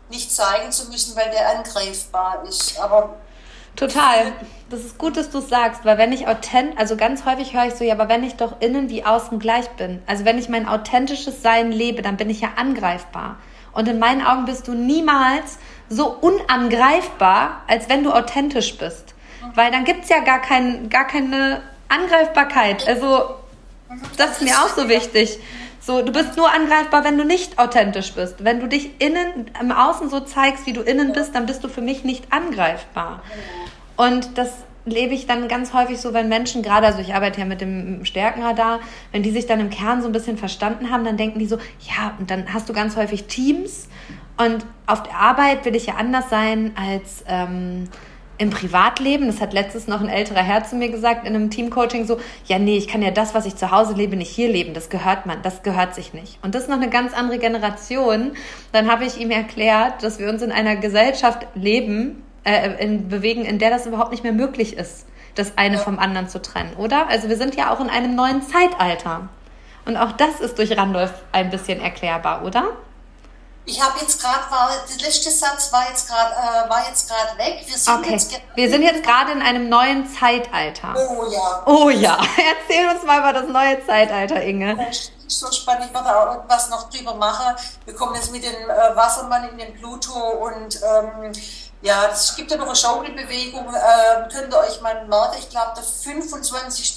nicht zeigen zu müssen, weil der angreifbar ist. Aber total. Das ist gut, dass du es sagst, weil wenn ich authent, also ganz häufig höre ich so, ja, aber wenn ich doch innen wie außen gleich bin, also wenn ich mein authentisches Sein lebe, dann bin ich ja angreifbar. Und in meinen Augen bist du niemals so unangreifbar, als wenn du authentisch bist. Weil dann gibt's ja gar, kein, gar keine Angreifbarkeit. Also das ist mir auch so wichtig. So, du bist nur angreifbar, wenn du nicht authentisch bist. Wenn du dich innen, im Außen so zeigst, wie du innen bist, dann bist du für mich nicht angreifbar. Und das lebe ich dann ganz häufig so, wenn Menschen, gerade, also ich arbeite ja mit dem Stärkenradar, wenn die sich dann im Kern so ein bisschen verstanden haben, dann denken die so, ja, und dann hast du ganz häufig Teams und auf der Arbeit will ich ja anders sein als ähm, im Privatleben. Das hat letztens noch ein älterer Herr zu mir gesagt in einem Teamcoaching so, ja nee, ich kann ja das, was ich zu Hause lebe, nicht hier leben, das gehört man, das gehört sich nicht. Und das ist noch eine ganz andere Generation. Dann habe ich ihm erklärt, dass wir uns in einer Gesellschaft leben, äh, in, bewegen, in der das überhaupt nicht mehr möglich ist, das eine vom anderen zu trennen, oder? Also wir sind ja auch in einem neuen Zeitalter. Und auch das ist durch Randolph ein bisschen erklärbar, oder? Ich habe jetzt gerade, der letzte Satz war jetzt gerade äh, war jetzt gerade weg. Wir sind okay. jetzt wir sind jetzt gerade in einem neuen Zeitalter. Oh ja. Oh ja. Erzähl uns mal über das neue Zeitalter, Inge. Das ist so spannend. Ich werde auch irgendwas noch drüber machen. Wir kommen jetzt mit dem äh, Wassermann in den Pluto und ähm, ja, es gibt ja noch eine Schaukelbewegung. Äh, könnt ihr euch mal merken, ich glaube, der fünfundzwanzigsten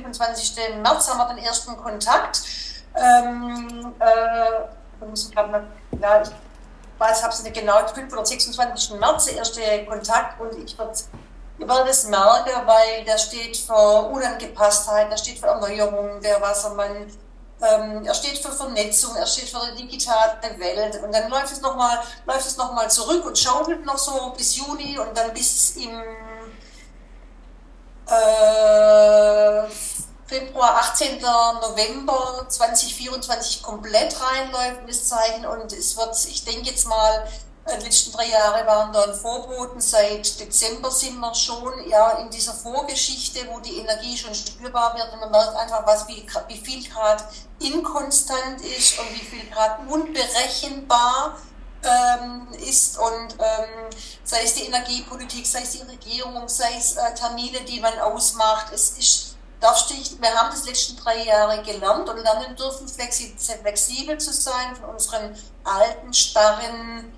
März haben wir den ersten Kontakt. Ähm, äh, Ja, ich weiß, habe es nicht genau, fünfundzwanzigsten oder sechsundzwanzigsten März der erste Kontakt und ich werde ich werd das merken, weil der steht für Unangepasstheit, der steht für Erneuerung, der Wassermann, ähm, er steht für Vernetzung, er steht für die digitale Welt und dann läuft es nochmal läuft es noch mal zurück und schaukelt noch so bis Juni und dann bis im äh, Februar, achtzehnten November zweitausendvierundzwanzig komplett reinläuft in das Zeichen und es wird, ich denke jetzt mal, die letzten drei Jahre waren da ein Vorboten, seit Dezember sind wir schon ja in dieser Vorgeschichte, wo die Energie schon spürbar wird und man merkt einfach, was, wie, wie viel Grad inkonstant ist und wie viel Grad unberechenbar ähm, ist und ähm, sei es die Energiepolitik, sei es die Regierung, sei es äh, Termine, die man ausmacht, es ist wir haben das letzten drei Jahre gelernt und lernen dürfen, flexibel zu sein, von unseren alten, starren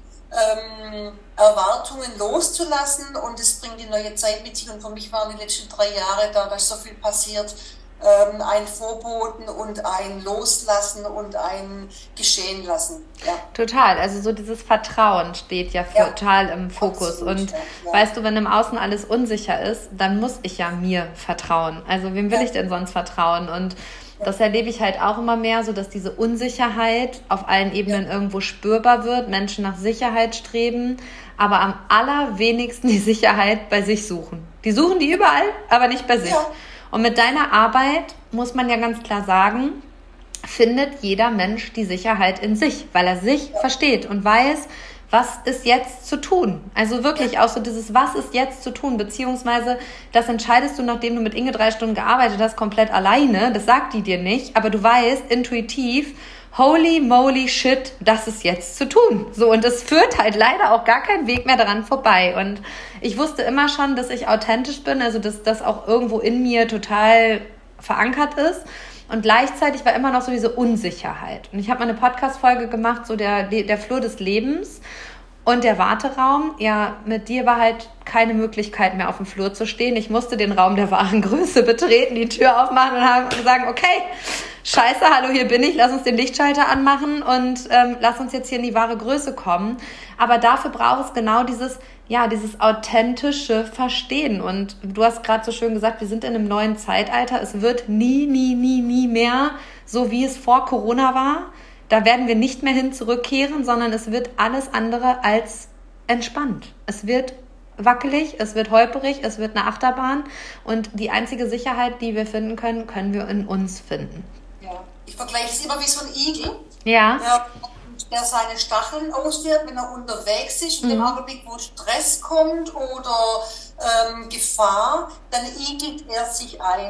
ähm, Erwartungen loszulassen und es bringt die neue Zeit mit sich und für mich waren die letzten drei Jahre da, da ist so viel passiert, ähm, ein Vorboten und ein Loslassen und ein Geschehen lassen. Ja. Total, also so dieses Vertrauen steht ja, ja. total im Fokus absolut, und ja, ja. weißt du, wenn im Außen alles unsicher ist, dann muss ich ja mir vertrauen. Also wem will ja. ich denn sonst vertrauen? Und das erlebe ich halt auch immer mehr, so dass diese Unsicherheit auf allen Ebenen ja. irgendwo spürbar wird, Menschen nach Sicherheit streben, aber am allerwenigsten die Sicherheit bei sich suchen. Die suchen die überall, aber nicht bei sich. Ja. Und mit deiner Arbeit, muss man ja ganz klar sagen, findet jeder Mensch die Sicherheit in sich, weil er sich ja. versteht und weiß, was ist jetzt zu tun. Also wirklich auch so dieses, was ist jetzt zu tun, beziehungsweise das entscheidest du, nachdem du mit Inge drei Stunden gearbeitet hast, komplett alleine. Das sagt die dir nicht, aber du weißt intuitiv, holy moly shit, das ist jetzt zu tun. So, und es führt halt leider auch gar keinen Weg mehr daran vorbei. Und ich wusste immer schon, dass ich authentisch bin, also dass das auch irgendwo in mir total verankert ist. Und gleichzeitig war immer noch so diese Unsicherheit. Und ich habe mal eine Podcast-Folge gemacht, so der, der Flur des Lebens und der Warteraum. Ja, mit dir war halt keine Möglichkeit mehr auf dem Flur zu stehen. Ich musste den Raum der wahren Größe betreten, die Tür aufmachen und sagen, okay, scheiße, hallo, hier bin ich, lass uns den Lichtschalter anmachen und ähm, lass uns jetzt hier in die wahre Größe kommen. Aber dafür braucht es genau dieses, ja, dieses authentische Verstehen. Und du hast gerade so schön gesagt, wir sind in einem neuen Zeitalter. Es wird nie, nie, nie, nie mehr so, wie es vor Corona war. Da werden wir nicht mehr hin zurückkehren, sondern es wird alles andere als entspannt. Es wird wackelig, es wird holperig, es wird eine Achterbahn. Und die einzige Sicherheit, die wir finden können, können wir in uns finden. Ja, ich vergleiche es immer wie so ein Igel. Ja. Der, der seine Stacheln auswirft, wenn er unterwegs ist. Und mhm. im Augenblick, wo Stress kommt oder ähm, Gefahr, dann igelt er sich ein.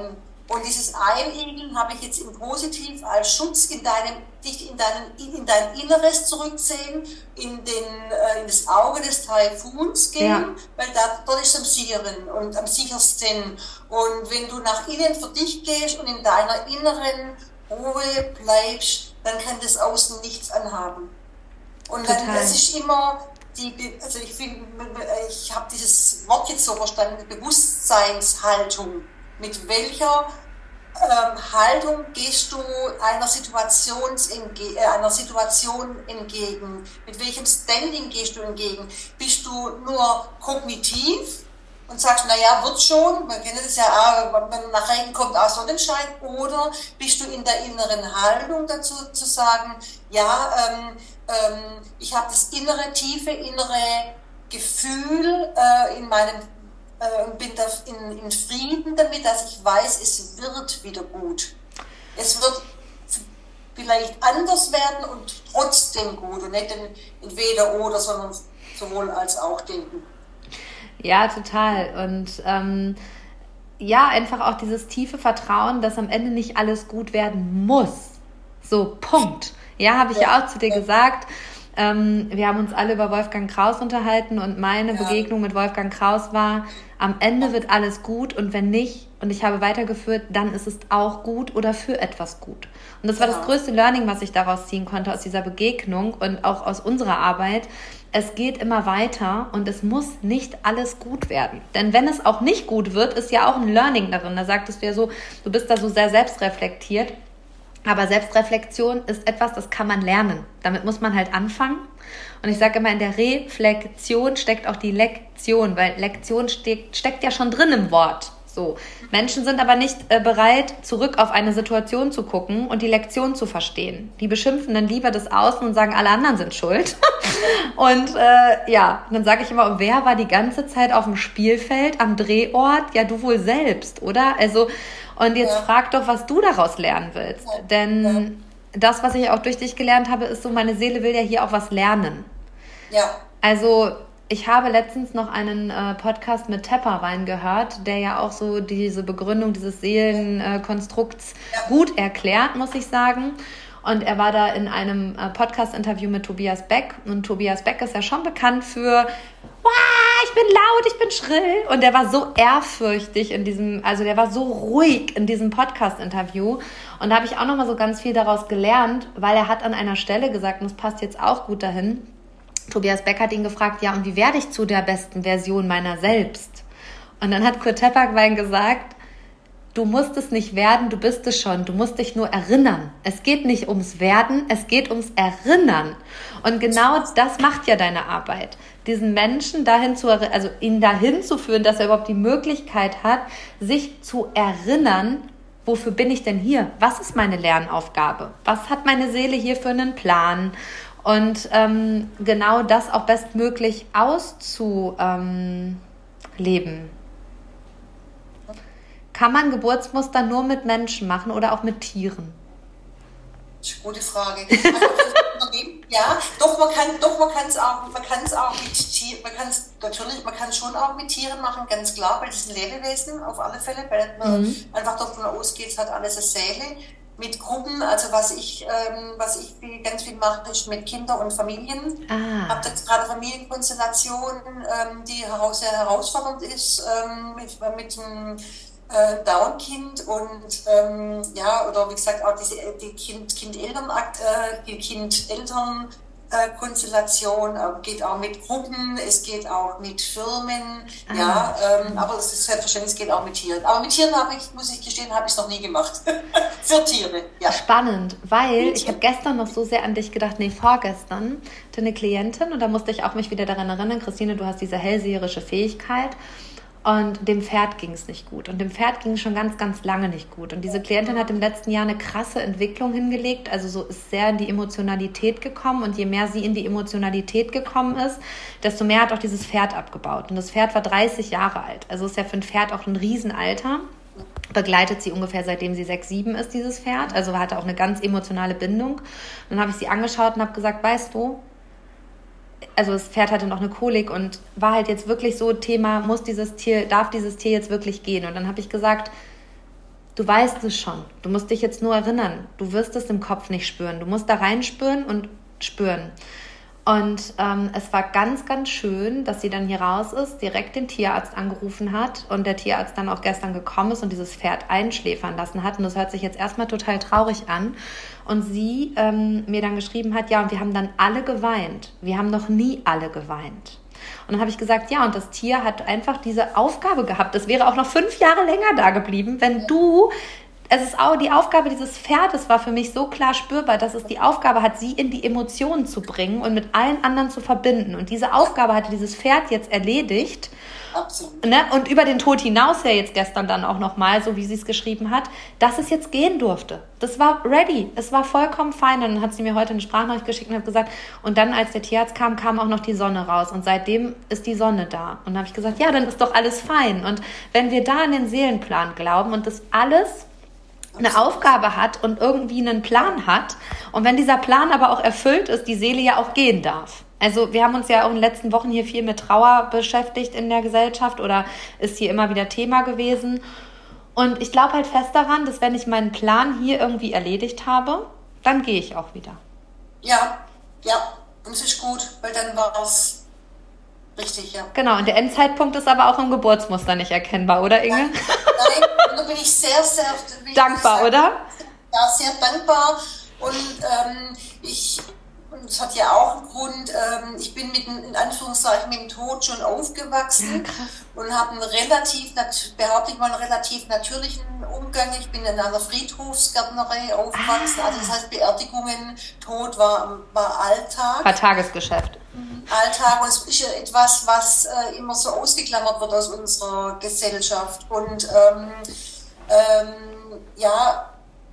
Und dieses Einigeln habe ich jetzt im Positiv als Schutz in deinem, dich in, deinen, in dein Inneres zurückziehen, in, den, äh, in das Auge des Taifuns gehen, ja. weil da, dort ist es am sicheren und am sichersten. Und wenn du nach innen für dich gehst und in deiner inneren Ruhe bleibst, dann kann das Außen nichts anhaben. Und dann, das ist immer die, also ich finde, ich habe dieses Wort jetzt so verstanden, Bewusstseinshaltung. Mit welcher ähm, Haltung gehst du einer Situation, entge- äh, einer Situation entgegen? Mit welchem Standing gehst du entgegen? Bist du nur kognitiv und sagst, naja, wird schon, man kennt das ja auch, wenn nach Regen kommt auch Sonnenschein, oder bist du in der inneren Haltung dazu zu sagen, ja, ähm, ähm, ich habe das innere, tiefe innere Gefühl äh, in meinem und bin da in, in Frieden damit, dass ich weiß, es wird wieder gut. Es wird vielleicht anders werden und trotzdem gut und nicht entweder oder, sondern sowohl als auch denken. Ja, total. Und ähm, ja, einfach auch dieses tiefe Vertrauen, dass am Ende nicht alles gut werden muss. So, Punkt. Ja, habe ich ja, ja auch zu dir ja. gesagt. Ähm, wir haben uns alle über Wolfgang Kraus unterhalten und meine ja. Begegnung mit Wolfgang Kraus war, am Ende wird alles gut und wenn nicht, und ich habe weitergeführt, dann ist es auch gut oder für etwas gut. Und das war ja. das größte Learning, was ich daraus ziehen konnte aus dieser Begegnung und auch aus unserer Arbeit. Es geht immer weiter und es muss nicht alles gut werden. Denn wenn es auch nicht gut wird, ist ja auch ein Learning darin. Da sagtest du ja so, du bist da so sehr selbstreflektiert. Aber Selbstreflexion ist etwas, das kann man lernen. Damit muss man halt anfangen. Und ich sage immer, in der Reflexion steckt auch die Lektion, weil Lektion steckt, steckt ja schon drin im Wort. So. Menschen sind aber nicht äh, bereit, zurück auf eine Situation zu gucken und die Lektion zu verstehen. Die beschimpfen dann lieber das Außen und sagen, alle anderen sind schuld. Und äh, ja, dann sage ich immer, wer war die ganze Zeit auf dem Spielfeld, am Drehort? Ja, du wohl selbst, oder? Also, und jetzt ja. frag doch, was du daraus lernen willst. Ja. Denn ja. das, was ich auch durch dich gelernt habe, ist so, meine Seele will ja hier auch was lernen. Ja. Also ich habe letztens noch einen äh, Podcast mit Tepperwein gehört, der ja auch so diese Begründung dieses Seelenkonstrukts ja. gut erklärt, muss ich sagen. Und er war da in einem äh, Podcast-Interview mit Tobias Beck. Und Tobias Beck ist ja schon bekannt für, wow, ich bin laut, ich bin schrill. Und der war so ehrfürchtig in diesem, also der war so ruhig in diesem Podcast-Interview. Und da habe ich auch nochmal so ganz viel daraus gelernt, weil er hat an einer Stelle gesagt, und das passt jetzt auch gut dahin, Tobias Beck hat ihn gefragt, ja, und wie werde ich zu der besten Version meiner selbst? Und dann hat Kurt Tepperwein gesagt, du musst es nicht werden, du bist es schon. Du musst dich nur erinnern. Es geht nicht ums Werden, es geht ums Erinnern. Und genau das macht ja deine Arbeit. Diesen Menschen dahin zu, also ihn dahin zu führen, dass er überhaupt die Möglichkeit hat, sich zu erinnern, wofür bin ich denn hier? Was ist meine Lernaufgabe? Was hat meine Seele hier für einen Plan? Und ähm, genau das auch bestmöglich auszuleben. Kann man Geburtsmuster nur mit Menschen machen oder auch mit Tieren? Gute Frage. Ja, doch man kann, doch man kann es auch, man kann es auch mit Tieren, man kann es natürlich, man kann es schon auch mit Tieren machen, ganz klar, weil es ein Lebewesen auf alle Fälle, weil man mhm. einfach davon ausgeht, es hat alles eine Seele. Mit Gruppen, also was ich, ähm, was ich viel, ganz viel mache, ist mit Kindern und Familien. Ah. Ich habe jetzt gerade Familienkonstellationen, ähm, die heraus, sehr herausfordernd ist, ähm, mit, mit einem äh, Down-Kind und ähm, ja, oder wie gesagt auch diese die Kind, Kind-Eltern-Akt, äh, die Kind-Eltern Konstellation, geht auch mit Gruppen, es geht auch mit Firmen, ah. ja, ähm, aber es ist selbstverständlich, es geht auch mit Tieren. Aber mit Tieren habe ich, muss ich gestehen, habe ich es noch nie gemacht. Für Tiere, ja. Spannend, weil ich habe gestern noch so sehr an dich gedacht, nee, vorgestern, hatte eine Klientin und da musste ich auch mich wieder daran erinnern, Christine, du hast diese hellseherische Fähigkeit. Und dem Pferd ging es nicht gut. Und dem Pferd ging es schon ganz, ganz lange nicht gut. Und diese Klientin hat im letzten Jahr eine krasse Entwicklung hingelegt. Also so ist sehr in die Emotionalität gekommen. Und je mehr sie in die Emotionalität gekommen ist, desto mehr hat auch dieses Pferd abgebaut. Und das Pferd war dreißig Jahre alt. Also ist ja für ein Pferd auch ein Riesenalter. Begleitet sie ungefähr seitdem sie sechs, sieben ist, dieses Pferd. Also hatte auch eine ganz emotionale Bindung. Und dann habe ich sie angeschaut und habe gesagt, weißt du, also das Pferd hatte noch eine Kolik und war halt jetzt wirklich so Thema, muss dieses Tier, darf dieses Tier jetzt wirklich gehen? Und dann habe ich gesagt, du weißt es schon. Du musst dich jetzt nur erinnern. Du wirst es im Kopf nicht spüren. Du musst da reinspüren und spüren. Und ähm, es war ganz, ganz schön, dass sie dann hier raus ist, direkt den Tierarzt angerufen hat und der Tierarzt dann auch gestern gekommen ist und dieses Pferd einschläfern lassen hat. Und das hört sich jetzt erstmal total traurig an. Und sie ähm, mir dann geschrieben hat, ja, und wir haben dann alle geweint. Wir haben noch nie alle geweint. Und dann habe ich gesagt, ja, und das Tier hat einfach diese Aufgabe gehabt. Das wäre auch noch fünf Jahre länger da geblieben, wenn du... Es ist auch die Aufgabe dieses Pferdes war für mich so klar spürbar, dass es die Aufgabe hat, sie in die Emotionen zu bringen und mit allen anderen zu verbinden. Und diese Aufgabe hatte dieses Pferd jetzt erledigt. Absolut. Ne? Und über den Tod hinaus ja jetzt gestern dann auch nochmal, so wie sie es geschrieben hat, dass es jetzt gehen durfte. Das war ready. Es war vollkommen fein. Und dann hat sie mir heute eine Sprachnachricht geschickt und hat gesagt, und dann, als der Tierarzt kam, kam auch noch die Sonne raus. Und seitdem ist die Sonne da. Und dann habe ich gesagt, ja, dann ist doch alles fein. Und wenn wir da an den Seelenplan glauben und das alles eine Aufgabe hat und irgendwie einen Plan hat und wenn dieser Plan aber auch erfüllt ist, die Seele ja auch gehen darf. Also wir haben uns ja auch in den letzten Wochen hier viel mit Trauer beschäftigt in der Gesellschaft oder ist hier immer wieder Thema gewesen und ich glaube halt fest daran, dass wenn ich meinen Plan hier irgendwie erledigt habe, dann gehe ich auch wieder. Ja, ja, und es ist gut, weil dann war es richtig, ja. Genau, und der Endzeitpunkt ist aber auch im Geburtsmuster nicht erkennbar, oder Inge? Nein, nein, da bin ich sehr, sehr dankbar, sagen, oder? Ja, sehr dankbar. Und ähm, ich, und es hat ja auch einen Grund, ähm, ich bin mit, in Anführungszeichen mit dem Tod schon aufgewachsen. Ja, krass. Und habe einen relativ, behaupte ich mal, einen relativ natürlichen Umgang. Ich bin in einer Friedhofsgärtnerei aufgewachsen. Ah. Also das heißt, Beerdigungen, Tod war, war Alltag. War Tagesgeschäft. Alltag, und es ist ja etwas, was äh, immer so ausgeklammert wird aus unserer Gesellschaft. Und ähm, ähm, ja,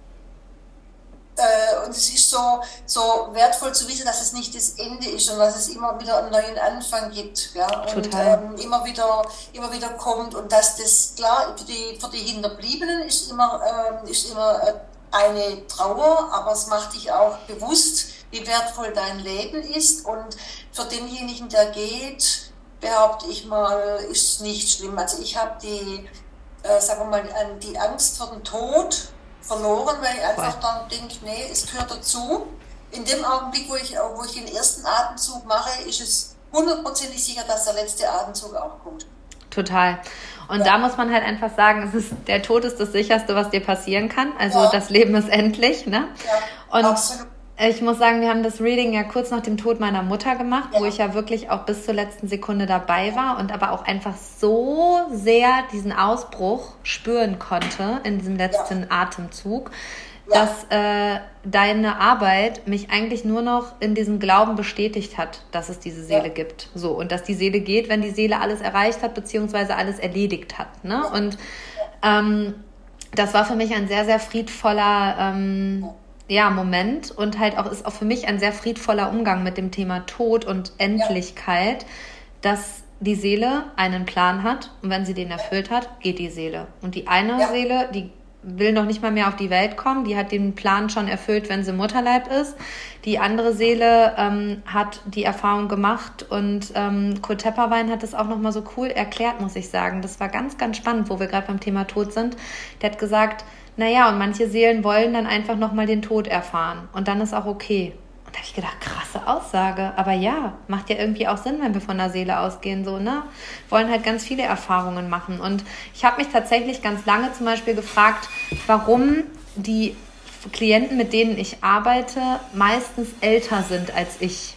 äh, und es ist so, so wertvoll zu wissen, dass es nicht das Ende ist, sondern dass es immer wieder einen neuen Anfang gibt. Ja? Und ähm, immer wieder, immer wieder kommt. Und dass das, klar, für die, für die Hinterbliebenen ist immer, ähm, ist immer eine Trauer, aber es macht dich auch bewusst, wie wertvoll dein Leben ist. Und für denjenigen, der geht, behaupte ich mal, ist es nicht schlimm. Also ich habe die, äh, sagen wir mal, die Angst vor dem Tod verloren, weil ich einfach dann denke, nee, es gehört dazu. In dem Augenblick, wo ich, wo ich den ersten Atemzug mache, ist es hundertprozentig sicher, dass der letzte Atemzug auch kommt. Total. Und ja. Da muss man halt einfach sagen, es ist, der Tod ist das Sicherste, was dir passieren kann. Also ja. Das Leben ist endlich. Ne? Ja, und absolut. Ich muss sagen, wir haben das Reading ja kurz nach dem Tod meiner Mutter gemacht, ja. wo ich ja wirklich auch bis zur letzten Sekunde dabei war und aber auch einfach so sehr diesen Ausbruch spüren konnte in diesem letzten ja. Atemzug, ja. dass äh, deine Arbeit mich eigentlich nur noch in diesem Glauben bestätigt hat, dass es diese Seele ja. gibt. So, und dass die Seele geht, wenn die Seele alles erreicht hat, beziehungsweise alles erledigt hat. Ne? Ja. Und ähm, das war für mich ein sehr, sehr friedvoller ähm, ja. Ja, Moment und halt auch ist auch für mich ein sehr friedvoller Umgang mit dem Thema Tod und Endlichkeit, ja. dass die Seele einen Plan hat und wenn sie den erfüllt hat, geht die Seele. Und die eine ja. Seele, die will noch nicht mal mehr auf die Welt kommen, die hat den Plan schon erfüllt, wenn sie im Mutterleib ist. Die andere Seele ähm, hat die Erfahrung gemacht und ähm, Kurt Tepperwein hat das auch nochmal so cool erklärt, muss ich sagen. Das war ganz, ganz spannend, wo wir gerade beim Thema Tod sind. Der hat gesagt, naja, und manche Seelen wollen dann einfach nochmal den Tod erfahren. Und dann ist auch okay. Und da habe ich gedacht, krasse Aussage. Aber ja, macht ja irgendwie auch Sinn, wenn wir von der Seele ausgehen. So, ne? Wollen halt ganz viele Erfahrungen machen. Und ich habe mich tatsächlich ganz lange zum Beispiel gefragt, warum die Klienten, mit denen ich arbeite, meistens älter sind als ich.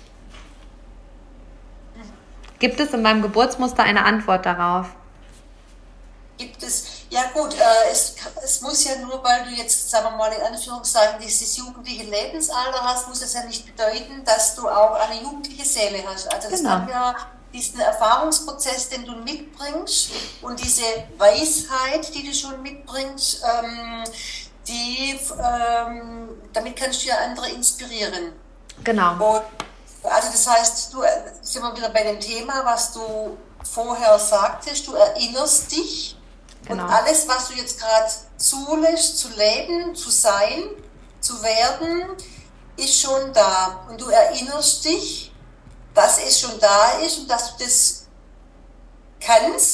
Gibt es in meinem Geburtsmuster eine Antwort darauf? Gibt es, ja gut, äh, es, es muss ja nur, weil du jetzt, sagen wir mal in Anführungszeichen, dieses jugendliche Lebensalter hast, muss es ja nicht bedeuten, dass du auch eine jugendliche Seele hast. Also das genau. kann ja diesen Erfahrungsprozess, den du mitbringst und diese Weisheit, die du schon mitbringst, ähm, die, ähm, damit kannst du ja andere inspirieren. Genau. Und, also das heißt, du sind wir wieder bei dem Thema, was du vorher sagtest, du erinnerst dich. Genau. Und alles, was du jetzt gerade zulässt, zu leben, zu sein, zu werden, ist schon da. Und du erinnerst dich, dass es schon da ist und dass du das kannst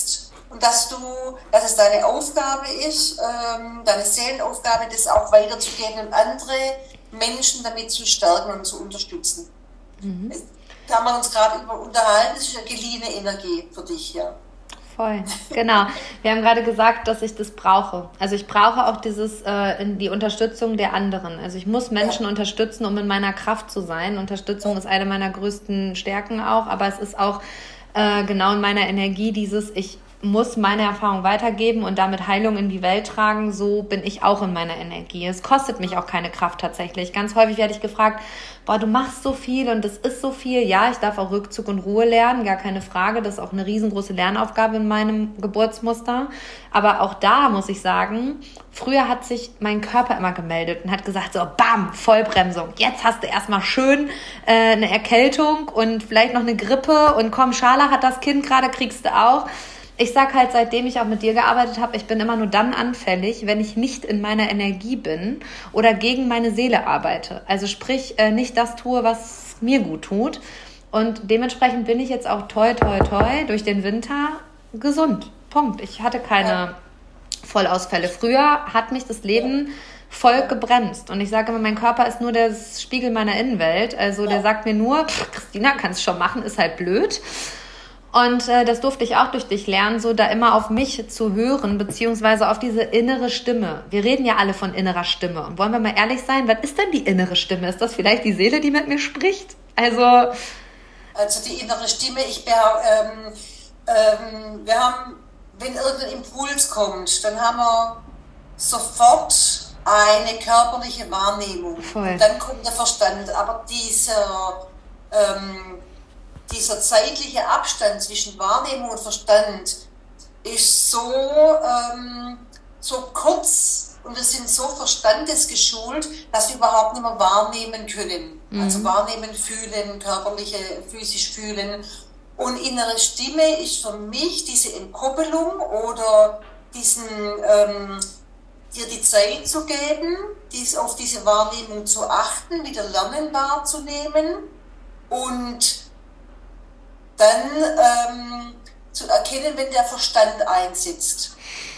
und dass du, dass es deine Aufgabe ist, ähm, deine Seelenaufgabe, das auch weiterzugeben und andere Menschen damit zu stärken und zu unterstützen. Mhm. Da haben wir uns gerade über unterhalten, das ist eine geliehene Energie für dich, ja. Voll, genau. Wir haben gerade gesagt, dass ich das brauche. Also ich brauche auch dieses äh, in die Unterstützung der anderen. Also ich muss Menschen ja. unterstützen, um in meiner Kraft zu sein. Unterstützung ja. ist eine meiner größten Stärken auch, aber es ist auch äh, genau in meiner Energie dieses, ich muss meine Erfahrung weitergeben und damit Heilung in die Welt tragen, so bin ich auch in meiner Energie. Es kostet mich auch keine Kraft tatsächlich. Ganz häufig werde ich gefragt, boah, du machst so viel und es ist so viel. Ja, ich darf auch Rückzug und Ruhe lernen, gar keine Frage. Das ist auch eine riesengroße Lernaufgabe in meinem Geburtsmuster. Aber auch da muss ich sagen, früher hat sich mein Körper immer gemeldet und hat gesagt, so bam, Vollbremsung. Jetzt hast du erstmal schön äh, eine Erkältung und vielleicht noch eine Grippe und komm, Schala hat das Kind gerade, kriegst du auch. Ich sag halt, seitdem ich auch mit dir gearbeitet habe, ich bin immer nur dann anfällig, wenn ich nicht in meiner Energie bin oder gegen meine Seele arbeite. Also sprich, äh, nicht das tue, was mir gut tut. Und dementsprechend bin ich jetzt auch toi, toi, toi durch den Winter gesund. Punkt. Ich hatte keine Vollausfälle. Früher hat mich das Leben voll gebremst. Und ich sage immer, mein Körper ist nur der Spiegel meiner Innenwelt. Also der sagt mir nur, Christina, kannst schon machen, ist halt blöd. Und äh, das durfte ich auch durch dich lernen, so da immer auf mich zu hören, beziehungsweise auf diese innere Stimme. Wir reden ja alle von innerer Stimme. Und wollen wir mal ehrlich sein, was ist denn die innere Stimme? Ist das vielleicht die Seele, die mit mir spricht? Also, also die innere Stimme, ich ähm, ähm, wir haben, wenn irgendein Impuls kommt, dann haben wir sofort eine körperliche Wahrnehmung. Voll. Und dann kommt der Verstand. Aber dieser ähm, Dieser zeitliche Abstand zwischen Wahrnehmung und Verstand ist so, ähm, so kurz und wir sind so verstandesgeschult, dass wir überhaupt nicht mehr wahrnehmen können. Mhm. Also wahrnehmen, fühlen, körperliche, physisch fühlen. Und innere Stimme ist für mich diese Entkoppelung oder diesen, ähm, dir die Zeit zu geben, dies, auf diese Wahrnehmung zu achten, wieder lernen wahrzunehmen und dann ähm, zu erkennen, wenn der Verstand einsetzt.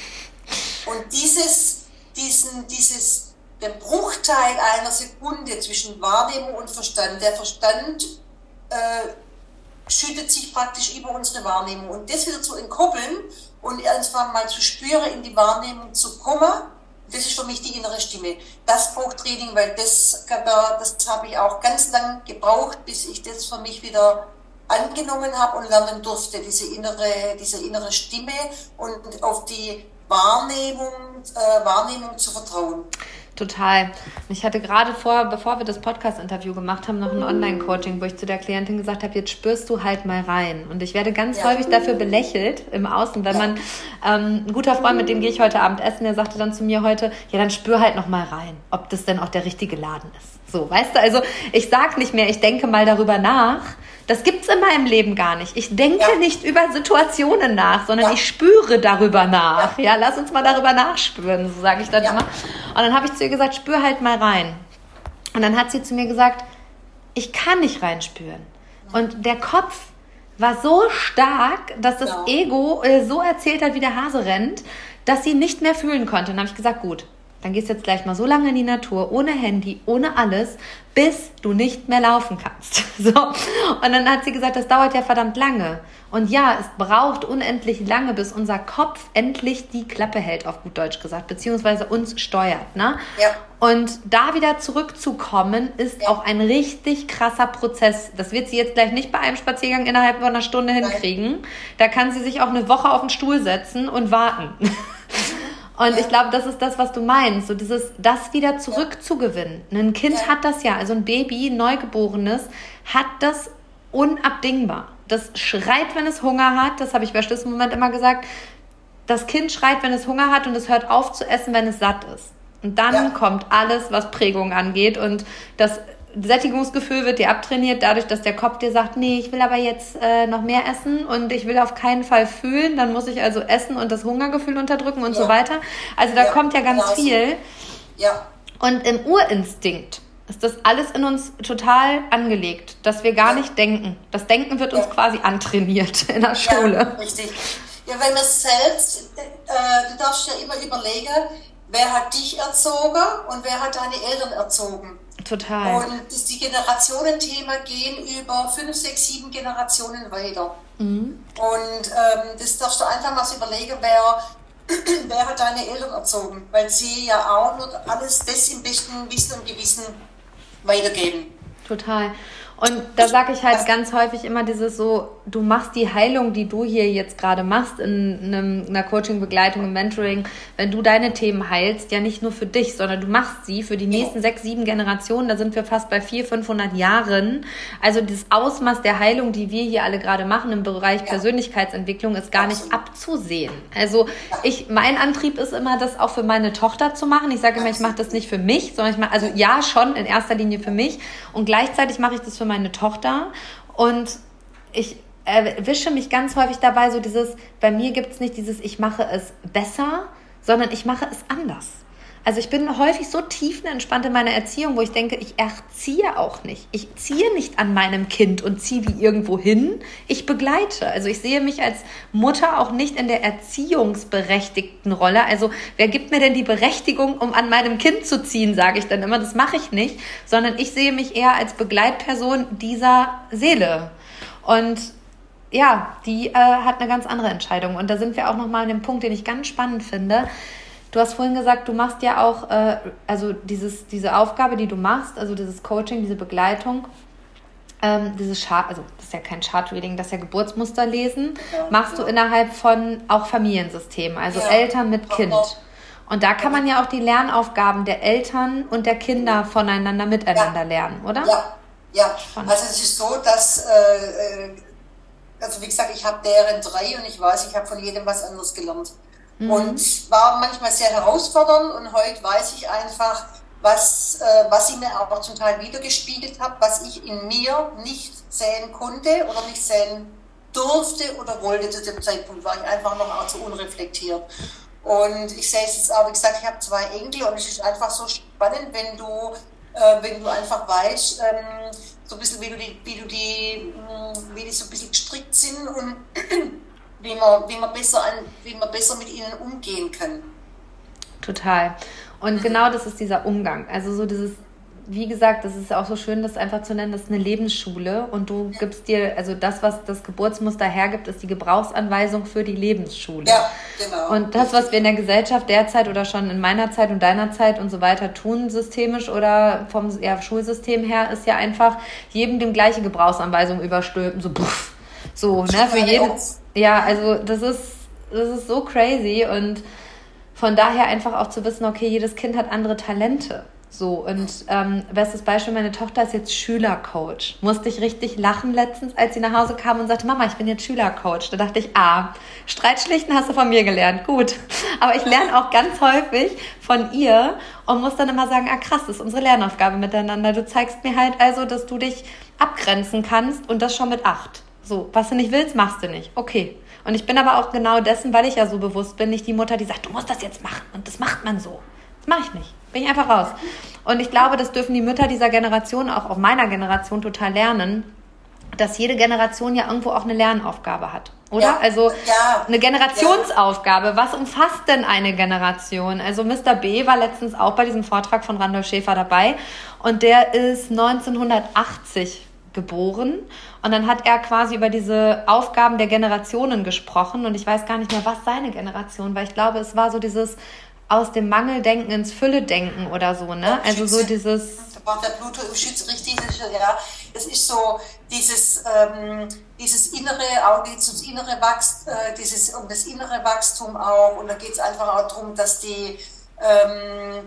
Und dieses, diesen, dieses, den Bruchteil einer Sekunde zwischen Wahrnehmung und Verstand, der Verstand äh, schüttet sich praktisch über unsere Wahrnehmung. Und das wieder zu entkoppeln und einfach mal zu spüren, in die Wahrnehmung zu kommen, das ist für mich die innere Stimme. Das braucht Training, weil das, das habe ich auch ganz lang gebraucht, bis ich das für mich wieder angenommen habe und lernen durfte, diese innere, diese innere Stimme und auf die Wahrnehmung, äh, Wahrnehmung zu vertrauen. Total. Ich hatte gerade vor, bevor wir das Podcast-Interview gemacht haben, noch ein Online-Coaching, wo ich zu der Klientin gesagt habe, jetzt spürst du halt mal rein. Und ich werde ganz ja. häufig dafür belächelt im Außen, wenn ja. man, ähm, ein guter Freund, mit dem gehe ich heute Abend essen, der sagte dann zu mir heute, ja, dann spür halt noch mal rein, ob das denn auch der richtige Laden ist. So, weißt du, also ich sag nicht mehr, ich denke mal darüber nach. Das gibt's in meinem Leben gar nicht. Ich denke ja. nicht über Situationen nach, sondern ja. ich spüre darüber nach. Ja. ja, lass uns mal darüber nachspüren, so sage ich dann ja. immer. Und dann habe ich zu ihr gesagt, spür halt mal rein. Und dann hat sie zu mir gesagt, ich kann nicht reinspüren. Und der Kopf war so stark, dass das ja. Ego äh, so erzählt hat, wie der Hase rennt, dass sie nicht mehr fühlen konnte. Und dann habe ich gesagt, gut, dann gehst du jetzt gleich mal so lange in die Natur, ohne Handy, ohne alles, bis du nicht mehr laufen kannst. So. Und dann hat sie gesagt, das dauert ja verdammt lange. Und ja, es braucht unendlich lange, bis unser Kopf endlich die Klappe hält, auf gut Deutsch gesagt, beziehungsweise uns steuert. Ne? Ja. Und da wieder zurückzukommen, ist ja. auch ein richtig krasser Prozess. Das wird sie jetzt gleich nicht bei einem Spaziergang innerhalb von einer Stunde hinkriegen. Nein. Da kann sie sich auch eine Woche auf den Stuhl setzen und warten. Und ja. ich glaube, das ist das, was du meinst, so dieses, das wieder zurückzugewinnen. Ein Kind ja. hat das ja, also ein Baby, ein Neugeborenes, hat das unabdingbar. Das schreit, wenn es Hunger hat, das habe ich bei Schlüsselmoment immer gesagt, das Kind schreit, wenn es Hunger hat und es hört auf zu essen, wenn es satt ist. Und dann ja. kommt alles, was Prägung angeht und das Sättigungsgefühl wird dir abtrainiert, dadurch, dass der Kopf dir sagt, nee, ich will aber jetzt äh, noch mehr essen und ich will auf keinen Fall fühlen, dann muss ich also essen und das Hungergefühl unterdrücken und ja. so weiter. Also da ja, kommt ja ganz genau viel. Ja. Und im Urinstinkt ist das alles in uns total angelegt, dass wir gar ja. nicht denken. Das Denken wird uns ja. quasi antrainiert in der Schule. Ja, richtig. Ja, wenn man selbst, äh, du darfst ja immer überlegen, wer hat dich erzogen und wer hat deine Eltern erzogen. Total. Und das, die Generationenthema gehen über fünf, sechs, sieben Generationen weiter. Mhm. Und ähm, das darfst du einfach mal so überlegen, wer, wer hat deine Eltern erzogen, weil sie ja auch nur alles das im besten Wissen und Gewissen weitergeben. Total. Und da sage ich halt ganz häufig immer dieses so, du machst die Heilung, die du hier jetzt gerade machst in einem, einer Coaching-Begleitung, im Mentoring, wenn du deine Themen heilst, ja nicht nur für dich, sondern du machst sie für die nächsten ja. sechs, sieben Generationen, da sind wir fast bei vierhundert, fünfhundert Jahren. Also das Ausmaß der Heilung, die wir hier alle gerade machen im Bereich ja. Persönlichkeitsentwicklung, ist gar Absolut. Nicht abzusehen. Also ich, mein Antrieb ist immer, das auch für meine Tochter zu machen. Ich sage immer, ich mache das nicht für mich, sondern ich mache, also ja schon in erster Linie für mich und gleichzeitig mache ich das für meine Tochter und ich erwische mich ganz häufig dabei, so dieses, bei mir gibt es nicht dieses, ich mache es besser, sondern ich mache es anders. Also ich bin häufig so tiefenentspannt in meiner Erziehung, wo ich denke, ich erziehe auch nicht. Ich ziehe nicht an meinem Kind und ziehe die irgendwo hin. Ich begleite. Also ich sehe mich als Mutter auch nicht in der erziehungsberechtigten Rolle. Also wer gibt mir denn die Berechtigung, um an meinem Kind zu ziehen, sage ich dann immer. Das mache ich nicht, sondern ich sehe mich eher als Begleitperson dieser Seele. Und ja, die äh, hat eine ganz andere Entscheidung. Und da sind wir auch nochmal an dem Punkt, den ich ganz spannend finde. Du hast vorhin gesagt, du machst ja auch, äh, also dieses, diese Aufgabe, die du machst, also dieses Coaching, diese Begleitung, ähm, dieses Chart, also das ist ja kein Chart-Reading, das ist ja Geburtsmuster lesen, ja, machst ja. du innerhalb von auch Familiensystemen, also ja. Eltern mit Kind. Und da kann man ja auch die Lernaufgaben der Eltern und der Kinder voneinander miteinander ja. lernen, oder? Ja, ja. Also es ist so, dass, äh, also wie gesagt, ich habe deren drei und ich weiß, ich habe von jedem was anderes gelernt. Und war manchmal sehr herausfordernd und heute weiß ich einfach, was, äh, was ich mir auch zum Teil wiedergespiegelt habe, was ich in mir nicht sehen konnte oder nicht sehen durfte oder wollte zu dem Zeitpunkt, war ich einfach noch auch zu unreflektiert. Und ich sehe es jetzt auch, wie gesagt, ich habe zwei Enkel und es ist einfach so spannend, wenn du, äh, wenn du einfach weißt, ähm, so ein bisschen, wie du die, wie du die, wie die so ein bisschen gestrickt sind und Wie man, wie, man besser an, wie man besser mit ihnen umgehen kann. Total. Und mhm. genau das ist dieser Umgang. Also so dieses, wie gesagt, das ist auch so schön, das einfach zu nennen, das ist eine Lebensschule und du gibst dir, also das, was das Geburtsmuster hergibt, ist die Gebrauchsanweisung für die Lebensschule. Ja, genau. Und das, was wir in der Gesellschaft derzeit oder schon in meiner Zeit und deiner Zeit und so weiter tun, systemisch oder vom ja, Schulsystem her, ist ja einfach jedem dem gleiche Gebrauchsanweisung überstülpen, so puff. So, ne, für jedes, ja, also das ist, das ist so crazy und von daher einfach auch zu wissen, okay, jedes Kind hat andere Talente. So, und ähm, bestes Beispiel, meine Tochter ist jetzt Schülercoach. Musste ich richtig lachen letztens, als sie nach Hause kam und sagte, Mama, ich bin jetzt Schülercoach. Da dachte ich, ah, Streitschlichten hast du von mir gelernt, gut. Aber ich lerne auch ganz häufig von ihr und muss dann immer sagen, ah krass, das ist unsere Lernaufgabe miteinander. Du zeigst mir halt also, dass du dich abgrenzen kannst und das schon mit acht. So, was du nicht willst, machst du nicht. Okay. Und ich bin aber auch genau dessen, weil ich ja so bewusst bin, nicht die Mutter, die sagt, du musst das jetzt machen und das macht man so. Das mache ich nicht. Bin ich einfach raus. Und ich glaube, das dürfen die Mütter dieser Generation, auch auf meiner Generation, total lernen, dass jede Generation ja irgendwo auch eine Lernaufgabe hat. Oder? Ja, also ja, eine Generationsaufgabe. Ja. Was umfasst denn eine Generation? Also Mister B war letztens auch bei diesem Vortrag von Randolph Schäfer dabei und der ist neunzehnhundertachtzig geboren und dann hat er quasi über diese Aufgaben der Generationen gesprochen und ich weiß gar nicht mehr, was seine Generation war. Ich glaube, es war so dieses aus dem Mangeldenken ins Fülle-Denken oder so, ne? Also so dieses... Da braucht der Pluto im Schütz richtig, ja. Es ist so dieses, ähm, dieses innere, auch geht es ums innere Wachstum, äh, dieses, um das innere Wachstum auch und da geht es einfach auch darum, dass die ähm,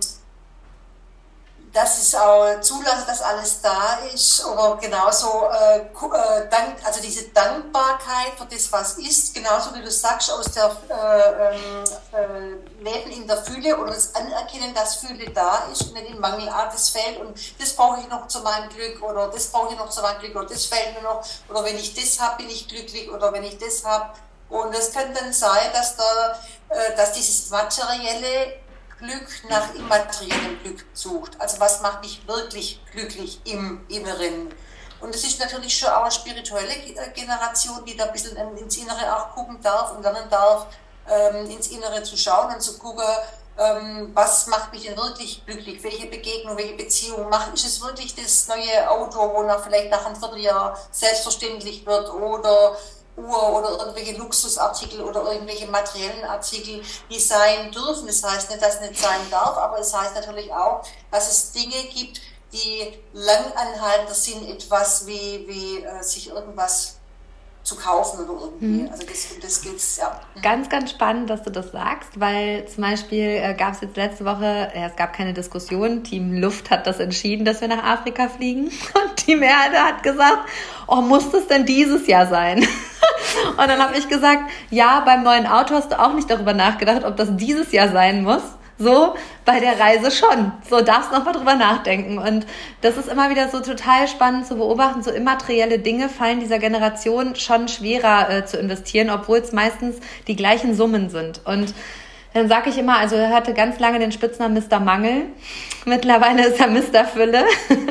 dass es auch zulassen, dass alles da ist oder genauso äh, äh, dank, also diese Dankbarkeit für das, was ist, genauso wie du sagst, aus der äh, äh, Leben in der Fülle oder das Anerkennen, dass Fülle da ist und nicht im Mangel, ah, das fehlt und das brauche ich noch zu meinem Glück oder das brauche ich noch zu meinem Glück oder das fehlt mir noch oder wenn ich das habe, bin ich glücklich oder wenn ich das habe und es kann dann sein, dass, da, äh, dass dieses materielle Glück nach immateriellem Glück sucht. Also was macht mich wirklich glücklich im Inneren? Und es ist natürlich schon auch eine spirituelle Generation, die da ein bisschen ins Innere auch gucken darf und lernen darf, ähm, ins Innere zu schauen und zu gucken, ähm, was macht mich denn wirklich glücklich, welche Begegnung, welche Beziehung macht. Ist es wirklich das neue Auto, wo nach, vielleicht nach einem Vierteljahr selbstverständlich wird, oder Uhr oder irgendwelche Luxusartikel oder irgendwelche materiellen Artikel, die sein dürfen. Das heißt nicht, dass es nicht sein darf, aber es heißt natürlich auch, dass es Dinge gibt, die langanhaltender sind, etwas wie, wie äh, sich irgendwas zu kaufen oder irgendwie. Mhm. Also das, das geht's, ja. Ganz, ganz spannend, dass du das sagst, weil zum Beispiel äh, gab es jetzt letzte Woche, ja, es gab keine Diskussion, Team Luft hat das entschieden, dass wir nach Afrika fliegen, und Team Erde hat gesagt, oh, muss das denn dieses Jahr sein? Und dann habe ich gesagt, ja, beim neuen Auto hast du auch nicht darüber nachgedacht, ob das dieses Jahr sein muss. So, bei der Reise schon. So, darfst noch mal drüber nachdenken. Und das ist immer wieder so total spannend zu beobachten. So immaterielle Dinge fallen dieser Generation schon schwerer äh, zu investieren, obwohl es meistens die gleichen Summen sind. Und dann sage ich immer, also er hatte ganz lange den Spitznamen Mister Mangel. Mittlerweile ist er Mister Fülle.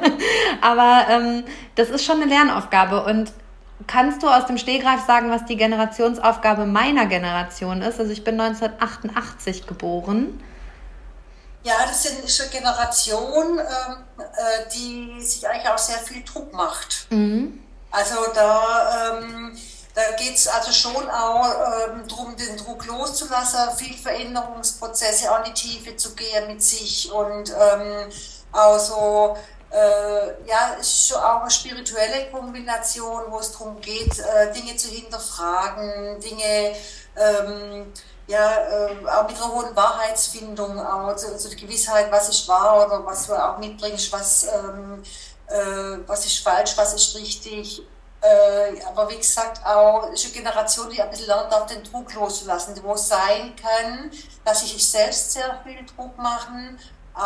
Aber ähm, das ist schon eine Lernaufgabe. Und kannst du aus dem Stegreif sagen, was die Generationsaufgabe meiner Generation ist? Also ich bin neunzehnhundertachtundachtzig geboren. Ja, das ist eine Generation, ähm, äh, die sich eigentlich auch sehr viel Druck macht. Mhm. Also da, ähm, da geht es also schon auch ähm, darum, den Druck loszulassen, viel Veränderungsprozesse, auch in die Tiefe zu gehen mit sich, und ähm, auch so, äh, ja, es ist schon auch eine spirituelle Kombination, wo es darum geht, äh, Dinge zu hinterfragen, Dinge, ähm, ja, äh, auch mit einer hohen Wahrheitsfindung, auch also, also die Gewissheit, was ist wahr oder was du auch mitbringst, was, ähm, äh, was ist falsch, was ist richtig. Äh, aber wie gesagt, auch ist eine Generation, die ein bisschen lernt, auf den Druck loszulassen, wo es sein kann, dass sie sich selbst sehr viel Druck machen,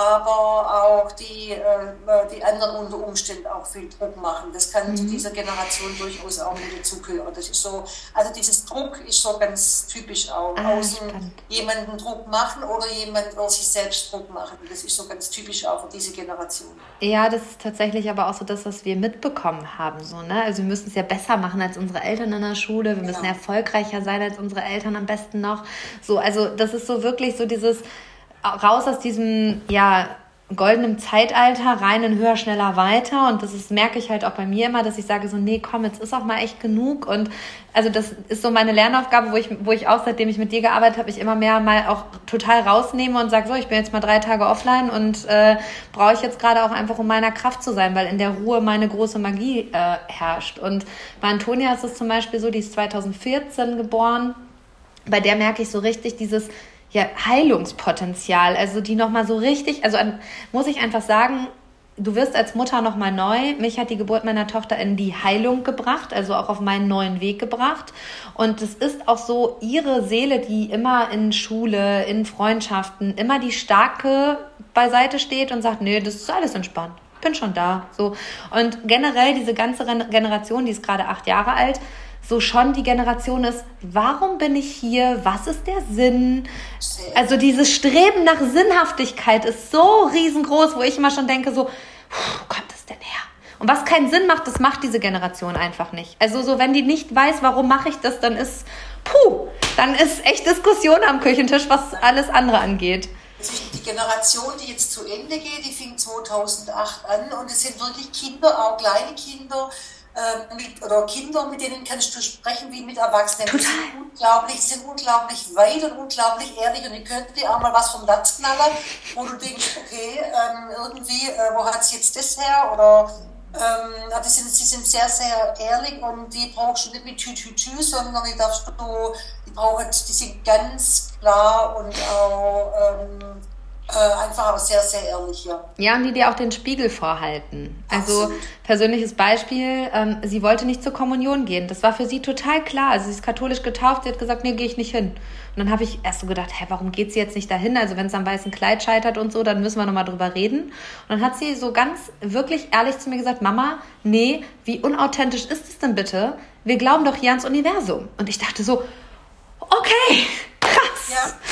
aber auch die, äh, die anderen unter Umständen auch viel Druck machen. Das kann mhm. zu dieser Generation durchaus auch mit dazugehören. Das ist so, also dieses Druck ist so ganz typisch auch. Ah, außen spannend. Jemanden Druck machen oder jemand oder sich selbst Druck machen. Das ist so ganz typisch auch für diese Generation. Ja, das ist tatsächlich aber auch so das, was wir mitbekommen haben. So, ne? Also wir müssen es ja besser machen als unsere Eltern in der Schule. Wir müssen ja. erfolgreicher sein als unsere Eltern am besten noch. So, also das ist so wirklich so dieses raus aus diesem, ja, goldenen Zeitalter, rein in höher, schneller, weiter. Und das ist, merke ich halt auch bei mir immer, dass ich sage so, nee, komm, jetzt ist auch mal echt genug. Und also das ist so meine Lernaufgabe, wo ich, wo ich auch, seitdem ich mit dir gearbeitet habe, ich immer mehr mal auch total rausnehme und sage so, ich bin jetzt mal drei Tage offline und äh, brauche ich jetzt gerade auch einfach, um meiner Kraft zu sein, weil in der Ruhe meine große Magie äh, herrscht. Und bei Antonia ist es zum Beispiel so, die ist zweitausendvierzehn geboren. Bei der merke ich so richtig dieses ja, Heilungspotenzial, also die nochmal so richtig, also an, muss ich einfach sagen, du wirst als Mutter nochmal neu. Mich hat die Geburt meiner Tochter in die Heilung gebracht, also auch auf meinen neuen Weg gebracht. Und es ist auch so ihre Seele, die immer in Schule, in Freundschaften, immer die Starke beiseite steht und sagt, nee, das ist alles entspannt, bin schon da. So. Und generell diese ganze Generation, die ist gerade acht Jahre alt, so schon die Generation ist, warum bin ich hier, was ist der Sinn? Also dieses Streben nach Sinnhaftigkeit ist so riesengroß, wo ich immer schon denke so, wo kommt das denn her? Und was keinen Sinn macht, das macht diese Generation einfach nicht. Also so, wenn die nicht weiß, warum mache ich das, dann ist, puh, dann ist echt Diskussion am Küchentisch, was alles andere angeht. Die Generation, die jetzt zu Ende geht, die fing zweitausendacht an, und es sind wirklich Kinder, auch kleine Kinder, Mit, oder Kinder, mit denen kannst du sprechen wie mit Erwachsenen. Die sind unglaublich, die sind unglaublich weit und unglaublich ehrlich, und die könnten dir auch mal was vom Latz knallen, wo du denkst, okay, ähm, irgendwie, äh, wo hat es jetzt das her? Oder ähm, die, sind, die sind sehr, sehr ehrlich, und die brauchst du nicht mit Tü, Tü, Tü, sondern die darfst du, die brauchen, die sind ganz klar und auch ähm, Äh, einfach auch sehr, sehr ehrlich, ja. Ja, und die dir auch den Spiegel vorhalten. Also Absolut. Persönliches Beispiel, ähm, sie wollte nicht zur Kommunion gehen. Das war für sie total klar. Also sie ist katholisch getauft, sie hat gesagt, nee, gehe ich nicht hin. Und dann habe ich erst so gedacht, hä, warum geht sie jetzt nicht dahin? Also wenn es am weißen Kleid scheitert und so, dann müssen wir nochmal drüber reden. Und dann hat sie so ganz wirklich ehrlich zu mir gesagt, Mama, nee, wie unauthentisch ist es denn bitte? Wir glauben doch hier ans Universum. Und ich dachte so, okay, krass. Ja.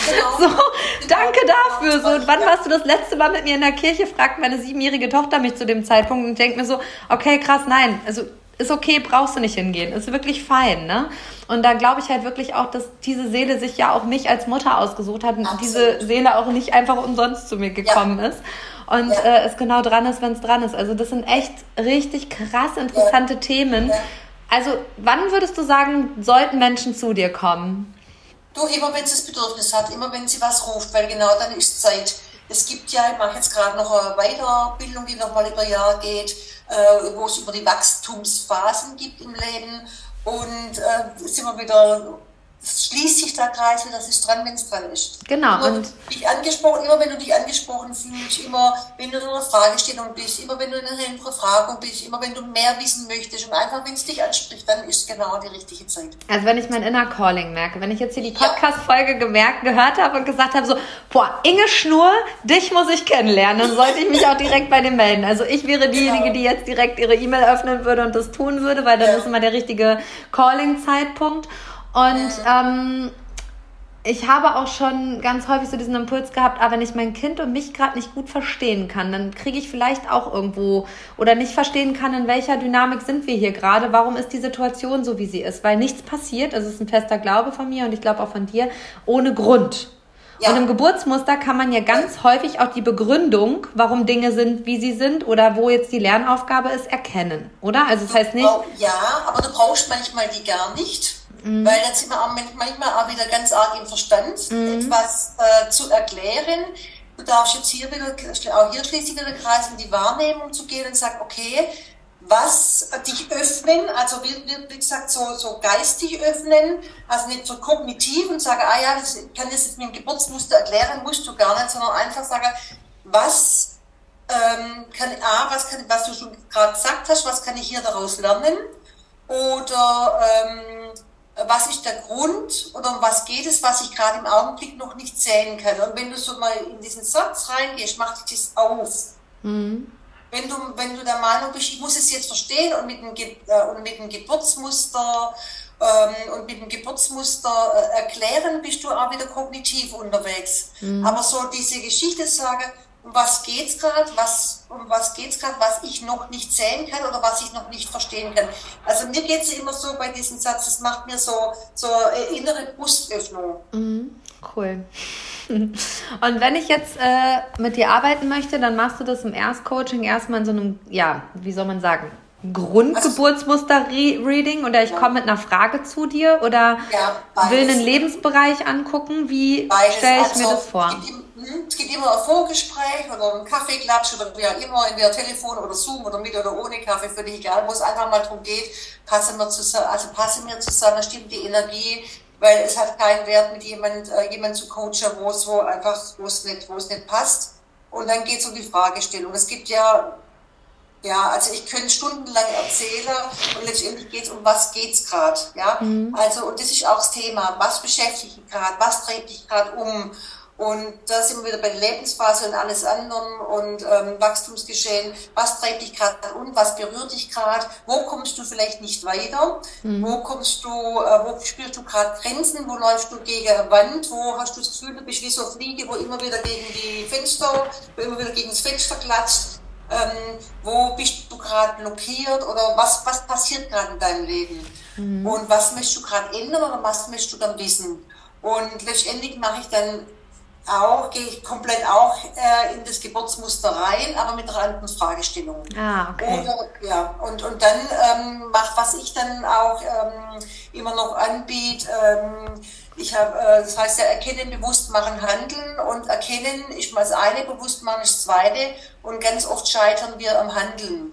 Genau. So, genau. danke dafür. So, und wann ja. warst du das letzte Mal mit mir in der Kirche, fragt meine siebenjährige Tochter mich zu dem Zeitpunkt und denkt mir so, okay, krass, nein, also ist okay, brauchst du nicht hingehen, ist wirklich fein, ne? Und da glaube ich halt wirklich auch, dass diese Seele sich ja auch mich als Mutter ausgesucht hat und Absolut. diese Seele auch nicht einfach umsonst zu mir gekommen ja. ist. Und ja. äh, es genau dran ist, wenn es dran ist. Also das sind echt richtig krass interessante ja. Themen. Ja. Also wann würdest du sagen, sollten Menschen zu dir kommen? Du, immer wenn sie das Bedürfnis hat, immer wenn sie was ruft, weil genau dann ist Zeit. Es gibt ja, ich mache jetzt gerade noch eine Weiterbildung, die nochmal über Jahr geht, äh, wo es über die Wachstumsphasen gibt im Leben. Und äh, sind wir wieder, schließt sich der Kreis wieder, das ist dran, wenn es dran ist. Genau. Immer, und dich angesprochen, immer wenn du dich angesprochen fühlst, immer wenn du in einer Fragestellung bist, immer wenn du in einer Befragung bist, immer wenn du mehr wissen möchtest und einfach, wenn es dich anspricht, dann ist genau die richtige Zeit. Also wenn ich mein Inner Calling merke, wenn ich jetzt hier die Podcast-Folge gemerkt, gehört habe und gesagt habe, so, boah, Inge Schnur, dich muss ich kennenlernen, dann sollte ich mich auch direkt bei dir melden. Also ich wäre diejenige, genau. die jetzt direkt ihre E-Mail öffnen würde und das tun würde, weil dann ja. ist immer der richtige Calling-Zeitpunkt. Und ähm, ich habe auch schon ganz häufig so diesen Impuls gehabt, aber wenn ich mein Kind und mich gerade nicht gut verstehen kann, dann kriege ich vielleicht auch irgendwo oder nicht verstehen kann, in welcher Dynamik sind wir hier gerade, warum ist die Situation so, wie sie ist, weil nichts passiert, also es ist ein fester Glaube von mir und ich glaube auch von dir, ohne Grund. Ja. Und im Geburtsmuster kann man ja ganz häufig auch die Begründung, warum Dinge sind, wie sie sind oder wo jetzt die Lernaufgabe ist, erkennen, oder? Also das heißt nicht... Ja, aber du brauchst manchmal die gar nicht. Mhm. Weil dann sind wir auch manchmal auch wieder ganz arg im Verstand, mhm. etwas äh, zu erklären. Du darfst jetzt hier wieder, auch hier schließt sich wieder der Kreis, in die Wahrnehmung zu gehen und sagen, okay, was dich öffnen, also wie, wie gesagt, so, so geistig öffnen, also nicht so kognitiv und sagen, ah ja, das kann das jetzt mit dem Geburtsmuster erklären, musst du gar nicht, sondern einfach sagen, was ähm, kann, ah, was kann, was du schon gerade gesagt hast, was kann ich hier daraus lernen? Oder ähm, was ist der Grund oder um was geht es, was ich gerade im Augenblick noch nicht sehen kann. Und wenn du so mal in diesen Satz reingehst, mach dich das auf. Mhm. Wenn du, wenn du der Meinung bist, ich muss es jetzt verstehen und mit dem, Ge äh, und mit dem Geburtsmuster ähm, und mit dem Geburtsmuster äh, erklären, bist du auch wieder kognitiv unterwegs. Mhm. Aber so diese Geschichte sagen, um was geht's gerade, was, um was geht's gerade, was ich noch nicht sehen kann oder was ich noch nicht verstehen kann. Also mir geht's immer so bei diesem Satz, das macht mir so, so eine innere Brustöffnung. Mhm, cool. Und wenn ich jetzt äh, mit dir arbeiten möchte, dann machst du das im Erstcoaching erstmal in so einem, ja, wie soll man sagen, Grundgeburtsmuster-Reading oder ich ja. komme mit einer Frage zu dir oder ja, will einen Lebensbereich angucken, wie stelle ich also, mir das vor? Es gibt immer ein Vorgespräch oder ein Kaffeeklatsch oder wie auch immer, entweder Telefon oder Zoom oder mit oder ohne Kaffee, völlig egal, wo es einfach mal darum geht, passen wir zusammen, also passen wir zusammen, stimmt die Energie, weil es hat keinen Wert, mit jemand, äh, jemand zu coachen, wo es wo einfach, wo es nicht, wo es nicht passt. Und dann geht es um die Fragestellung. Es gibt ja, ja, also ich könnte stundenlang erzählen und letztendlich geht es um, was geht's gerade, ja. Mhm. Also, und das ist auch das Thema, was beschäftigt dich gerade, was treibt dich gerade um? Und da sind wir wieder bei der Lebensphase und alles anderen und ähm, Wachstumsgeschehen. Was treibt dich gerade um? Was berührt dich gerade? Wo kommst du vielleicht nicht weiter? Mhm. Wo kommst du, äh, wo spürst du gerade Grenzen? Wo läufst du gegen eine Wand? Wo hast du das Gefühl, du bist wie so eine Fliege, wo immer wieder gegen die Fenster, wo immer wieder gegen das Fenster klatscht? Ähm, wo bist du gerade blockiert oder was, was passiert gerade in deinem Leben? Mhm. Und was möchtest du gerade ändern oder was möchtest du dann wissen? Und letztendlich mache ich dann auch, gehe ich komplett auch äh, in das Geburtsmuster rein, aber mit einer anderen Fragestellung. Ah, okay. Oder, ja, und, und dann ähm, macht, was ich dann auch ähm, immer noch anbiete, ähm, ich habe, äh, das heißt ja erkennen, bewusst machen, handeln und erkennen ist mal das eine, bewusst machen ist das zweite und ganz oft scheitern wir am Handeln.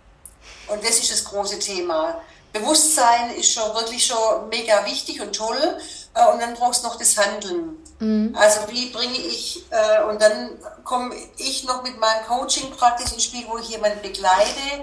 Und das ist das große Thema. Bewusstsein ist schon wirklich schon mega wichtig und toll äh, und dann brauchst du noch das Handeln. Mhm. Also wie bringe ich, äh, und dann komme ich noch mit meinem Coaching praktisch ins Spiel, wo ich jemanden begleite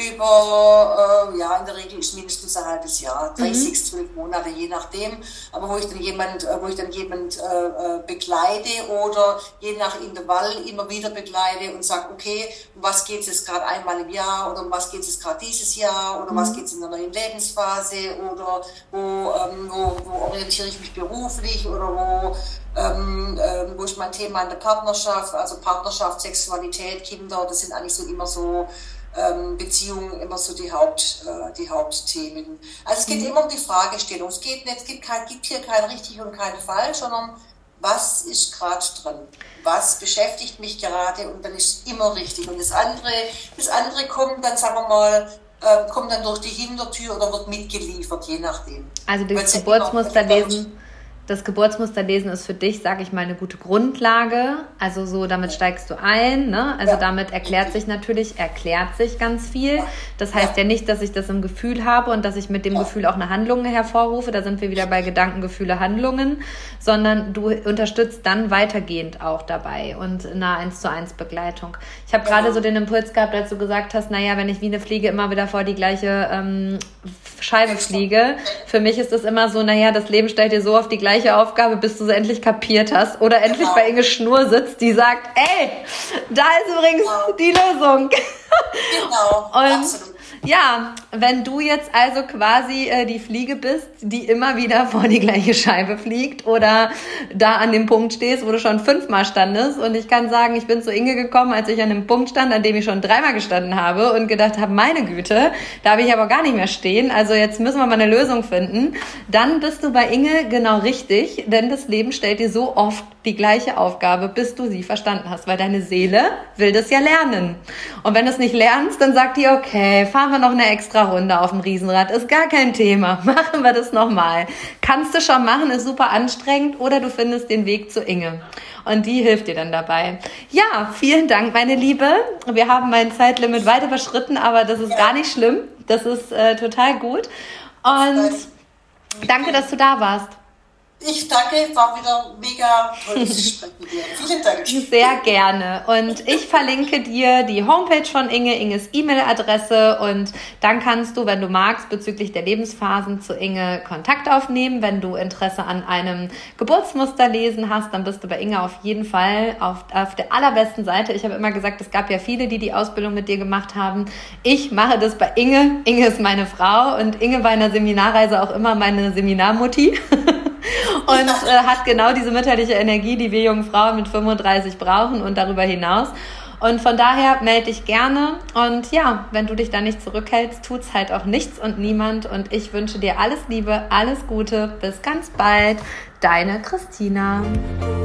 über, äh, ja in der Regel ist mindestens ein halbes Jahr, drei, mhm. sechs, zwölf Monate, je nachdem, aber wo ich dann jemand, äh, wo ich dann jemand äh, begleite oder je nach Intervall immer wieder begleite und sage, okay, um was geht es jetzt gerade einmal im Jahr oder um was geht es jetzt gerade dieses Jahr oder mhm. was geht es in der neuen Lebensphase oder wo, ähm, wo, wo orientiere ich ich mich beruflich oder wo, ähm, äh, wo ist mein Thema in der Partnerschaft, also Partnerschaft, Sexualität, Kinder, das sind eigentlich so immer so ähm, Beziehungen, immer so die, Haupt, äh, die Hauptthemen. Also es geht mhm. immer um die Fragestellung. Es geht nicht, es gibt, kein, gibt hier kein richtig und kein falsch, sondern was ist gerade drin? Was beschäftigt mich gerade? Und dann ist es immer richtig. Und das andere, das andere kommt dann, sagen wir mal, äh, kommt dann durch die Hintertür oder wird mitgeliefert, je nachdem. Also das Geburtsmusterlesen, das Geburtsmusterlesen ist für dich, sage ich mal, eine gute Grundlage. Also so, damit steigst du ein. Ne? Also ja. damit erklärt sich natürlich, erklärt sich ganz viel. Das heißt ja. ja nicht, dass ich das im Gefühl habe und dass ich mit dem ja. Gefühl auch eine Handlung hervorrufe. Da sind wir wieder bei Gedanken, Gefühle, Handlungen. Sondern du unterstützt dann weitergehend auch dabei und eine eins zu eins Begleitung. Ich habe ja. gerade so den Impuls gehabt, als du gesagt hast, naja, wenn ich wie eine Fliege immer wieder vor die gleiche ähm, Scheibe fliege. Für mich ist das immer so, naja, das Leben stellt dir so auf die gleiche Aufgabe, bis du sie endlich kapiert hast oder endlich genau. bei Inge Schnur sitzt, die sagt, ey, da ist übrigens genau. die Lösung. Genau, und absolut. Ja, wenn du jetzt also quasi äh, die Fliege bist, die immer wieder vor die gleiche Scheibe fliegt oder da an dem Punkt stehst, wo du schon fünfmal standest, und ich kann sagen, ich bin zu Inge gekommen, als ich an dem Punkt stand, an dem ich schon dreimal gestanden habe und gedacht habe, meine Güte, da habe ich aber gar nicht mehr stehen, also jetzt müssen wir mal eine Lösung finden, dann bist du bei Inge genau richtig, denn das Leben stellt dir so oft die gleiche Aufgabe, bis du sie verstanden hast, weil deine Seele will das ja lernen. Und wenn du es nicht lernst, dann sagt die, okay, fahren wir noch eine extra Runde auf dem Riesenrad, ist gar kein Thema, machen wir das nochmal. Kannst du schon machen, ist super anstrengend, oder du findest den Weg zu Inge. Und die hilft dir dann dabei. Ja, vielen Dank, meine Liebe. Wir haben mein Zeitlimit weit überschritten, aber das ist ja. gar nicht schlimm. Das ist äh, total gut. Und danke, dass du da warst. Ich danke, war wieder mega tolles Gespräch mit dir. Vielen Dank. Sehr gerne. Und ich verlinke dir die Homepage von Inge, Inges E-Mail-Adresse, und dann kannst du, wenn du magst, bezüglich der Lebensphasen zu Inge Kontakt aufnehmen. Wenn du Interesse an einem Geburtsmusterlesen hast, dann bist du bei Inge auf jeden Fall auf, auf der allerbesten Seite. Ich habe immer gesagt, es gab ja viele, die die Ausbildung mit dir gemacht haben. Ich mache das bei Inge. Inge ist meine Frau und Inge war in der Seminarreise auch immer meine Seminarmutti. Und äh, hat genau diese mütterliche Energie, die wir jungen Frauen mit fünfunddreißig brauchen und darüber hinaus. Und von daher melde dich gerne. Und ja, wenn du dich da nicht zurückhältst, tut's halt auch nichts und niemand. Und ich wünsche dir alles Liebe, alles Gute. Bis ganz bald. Deine Christina.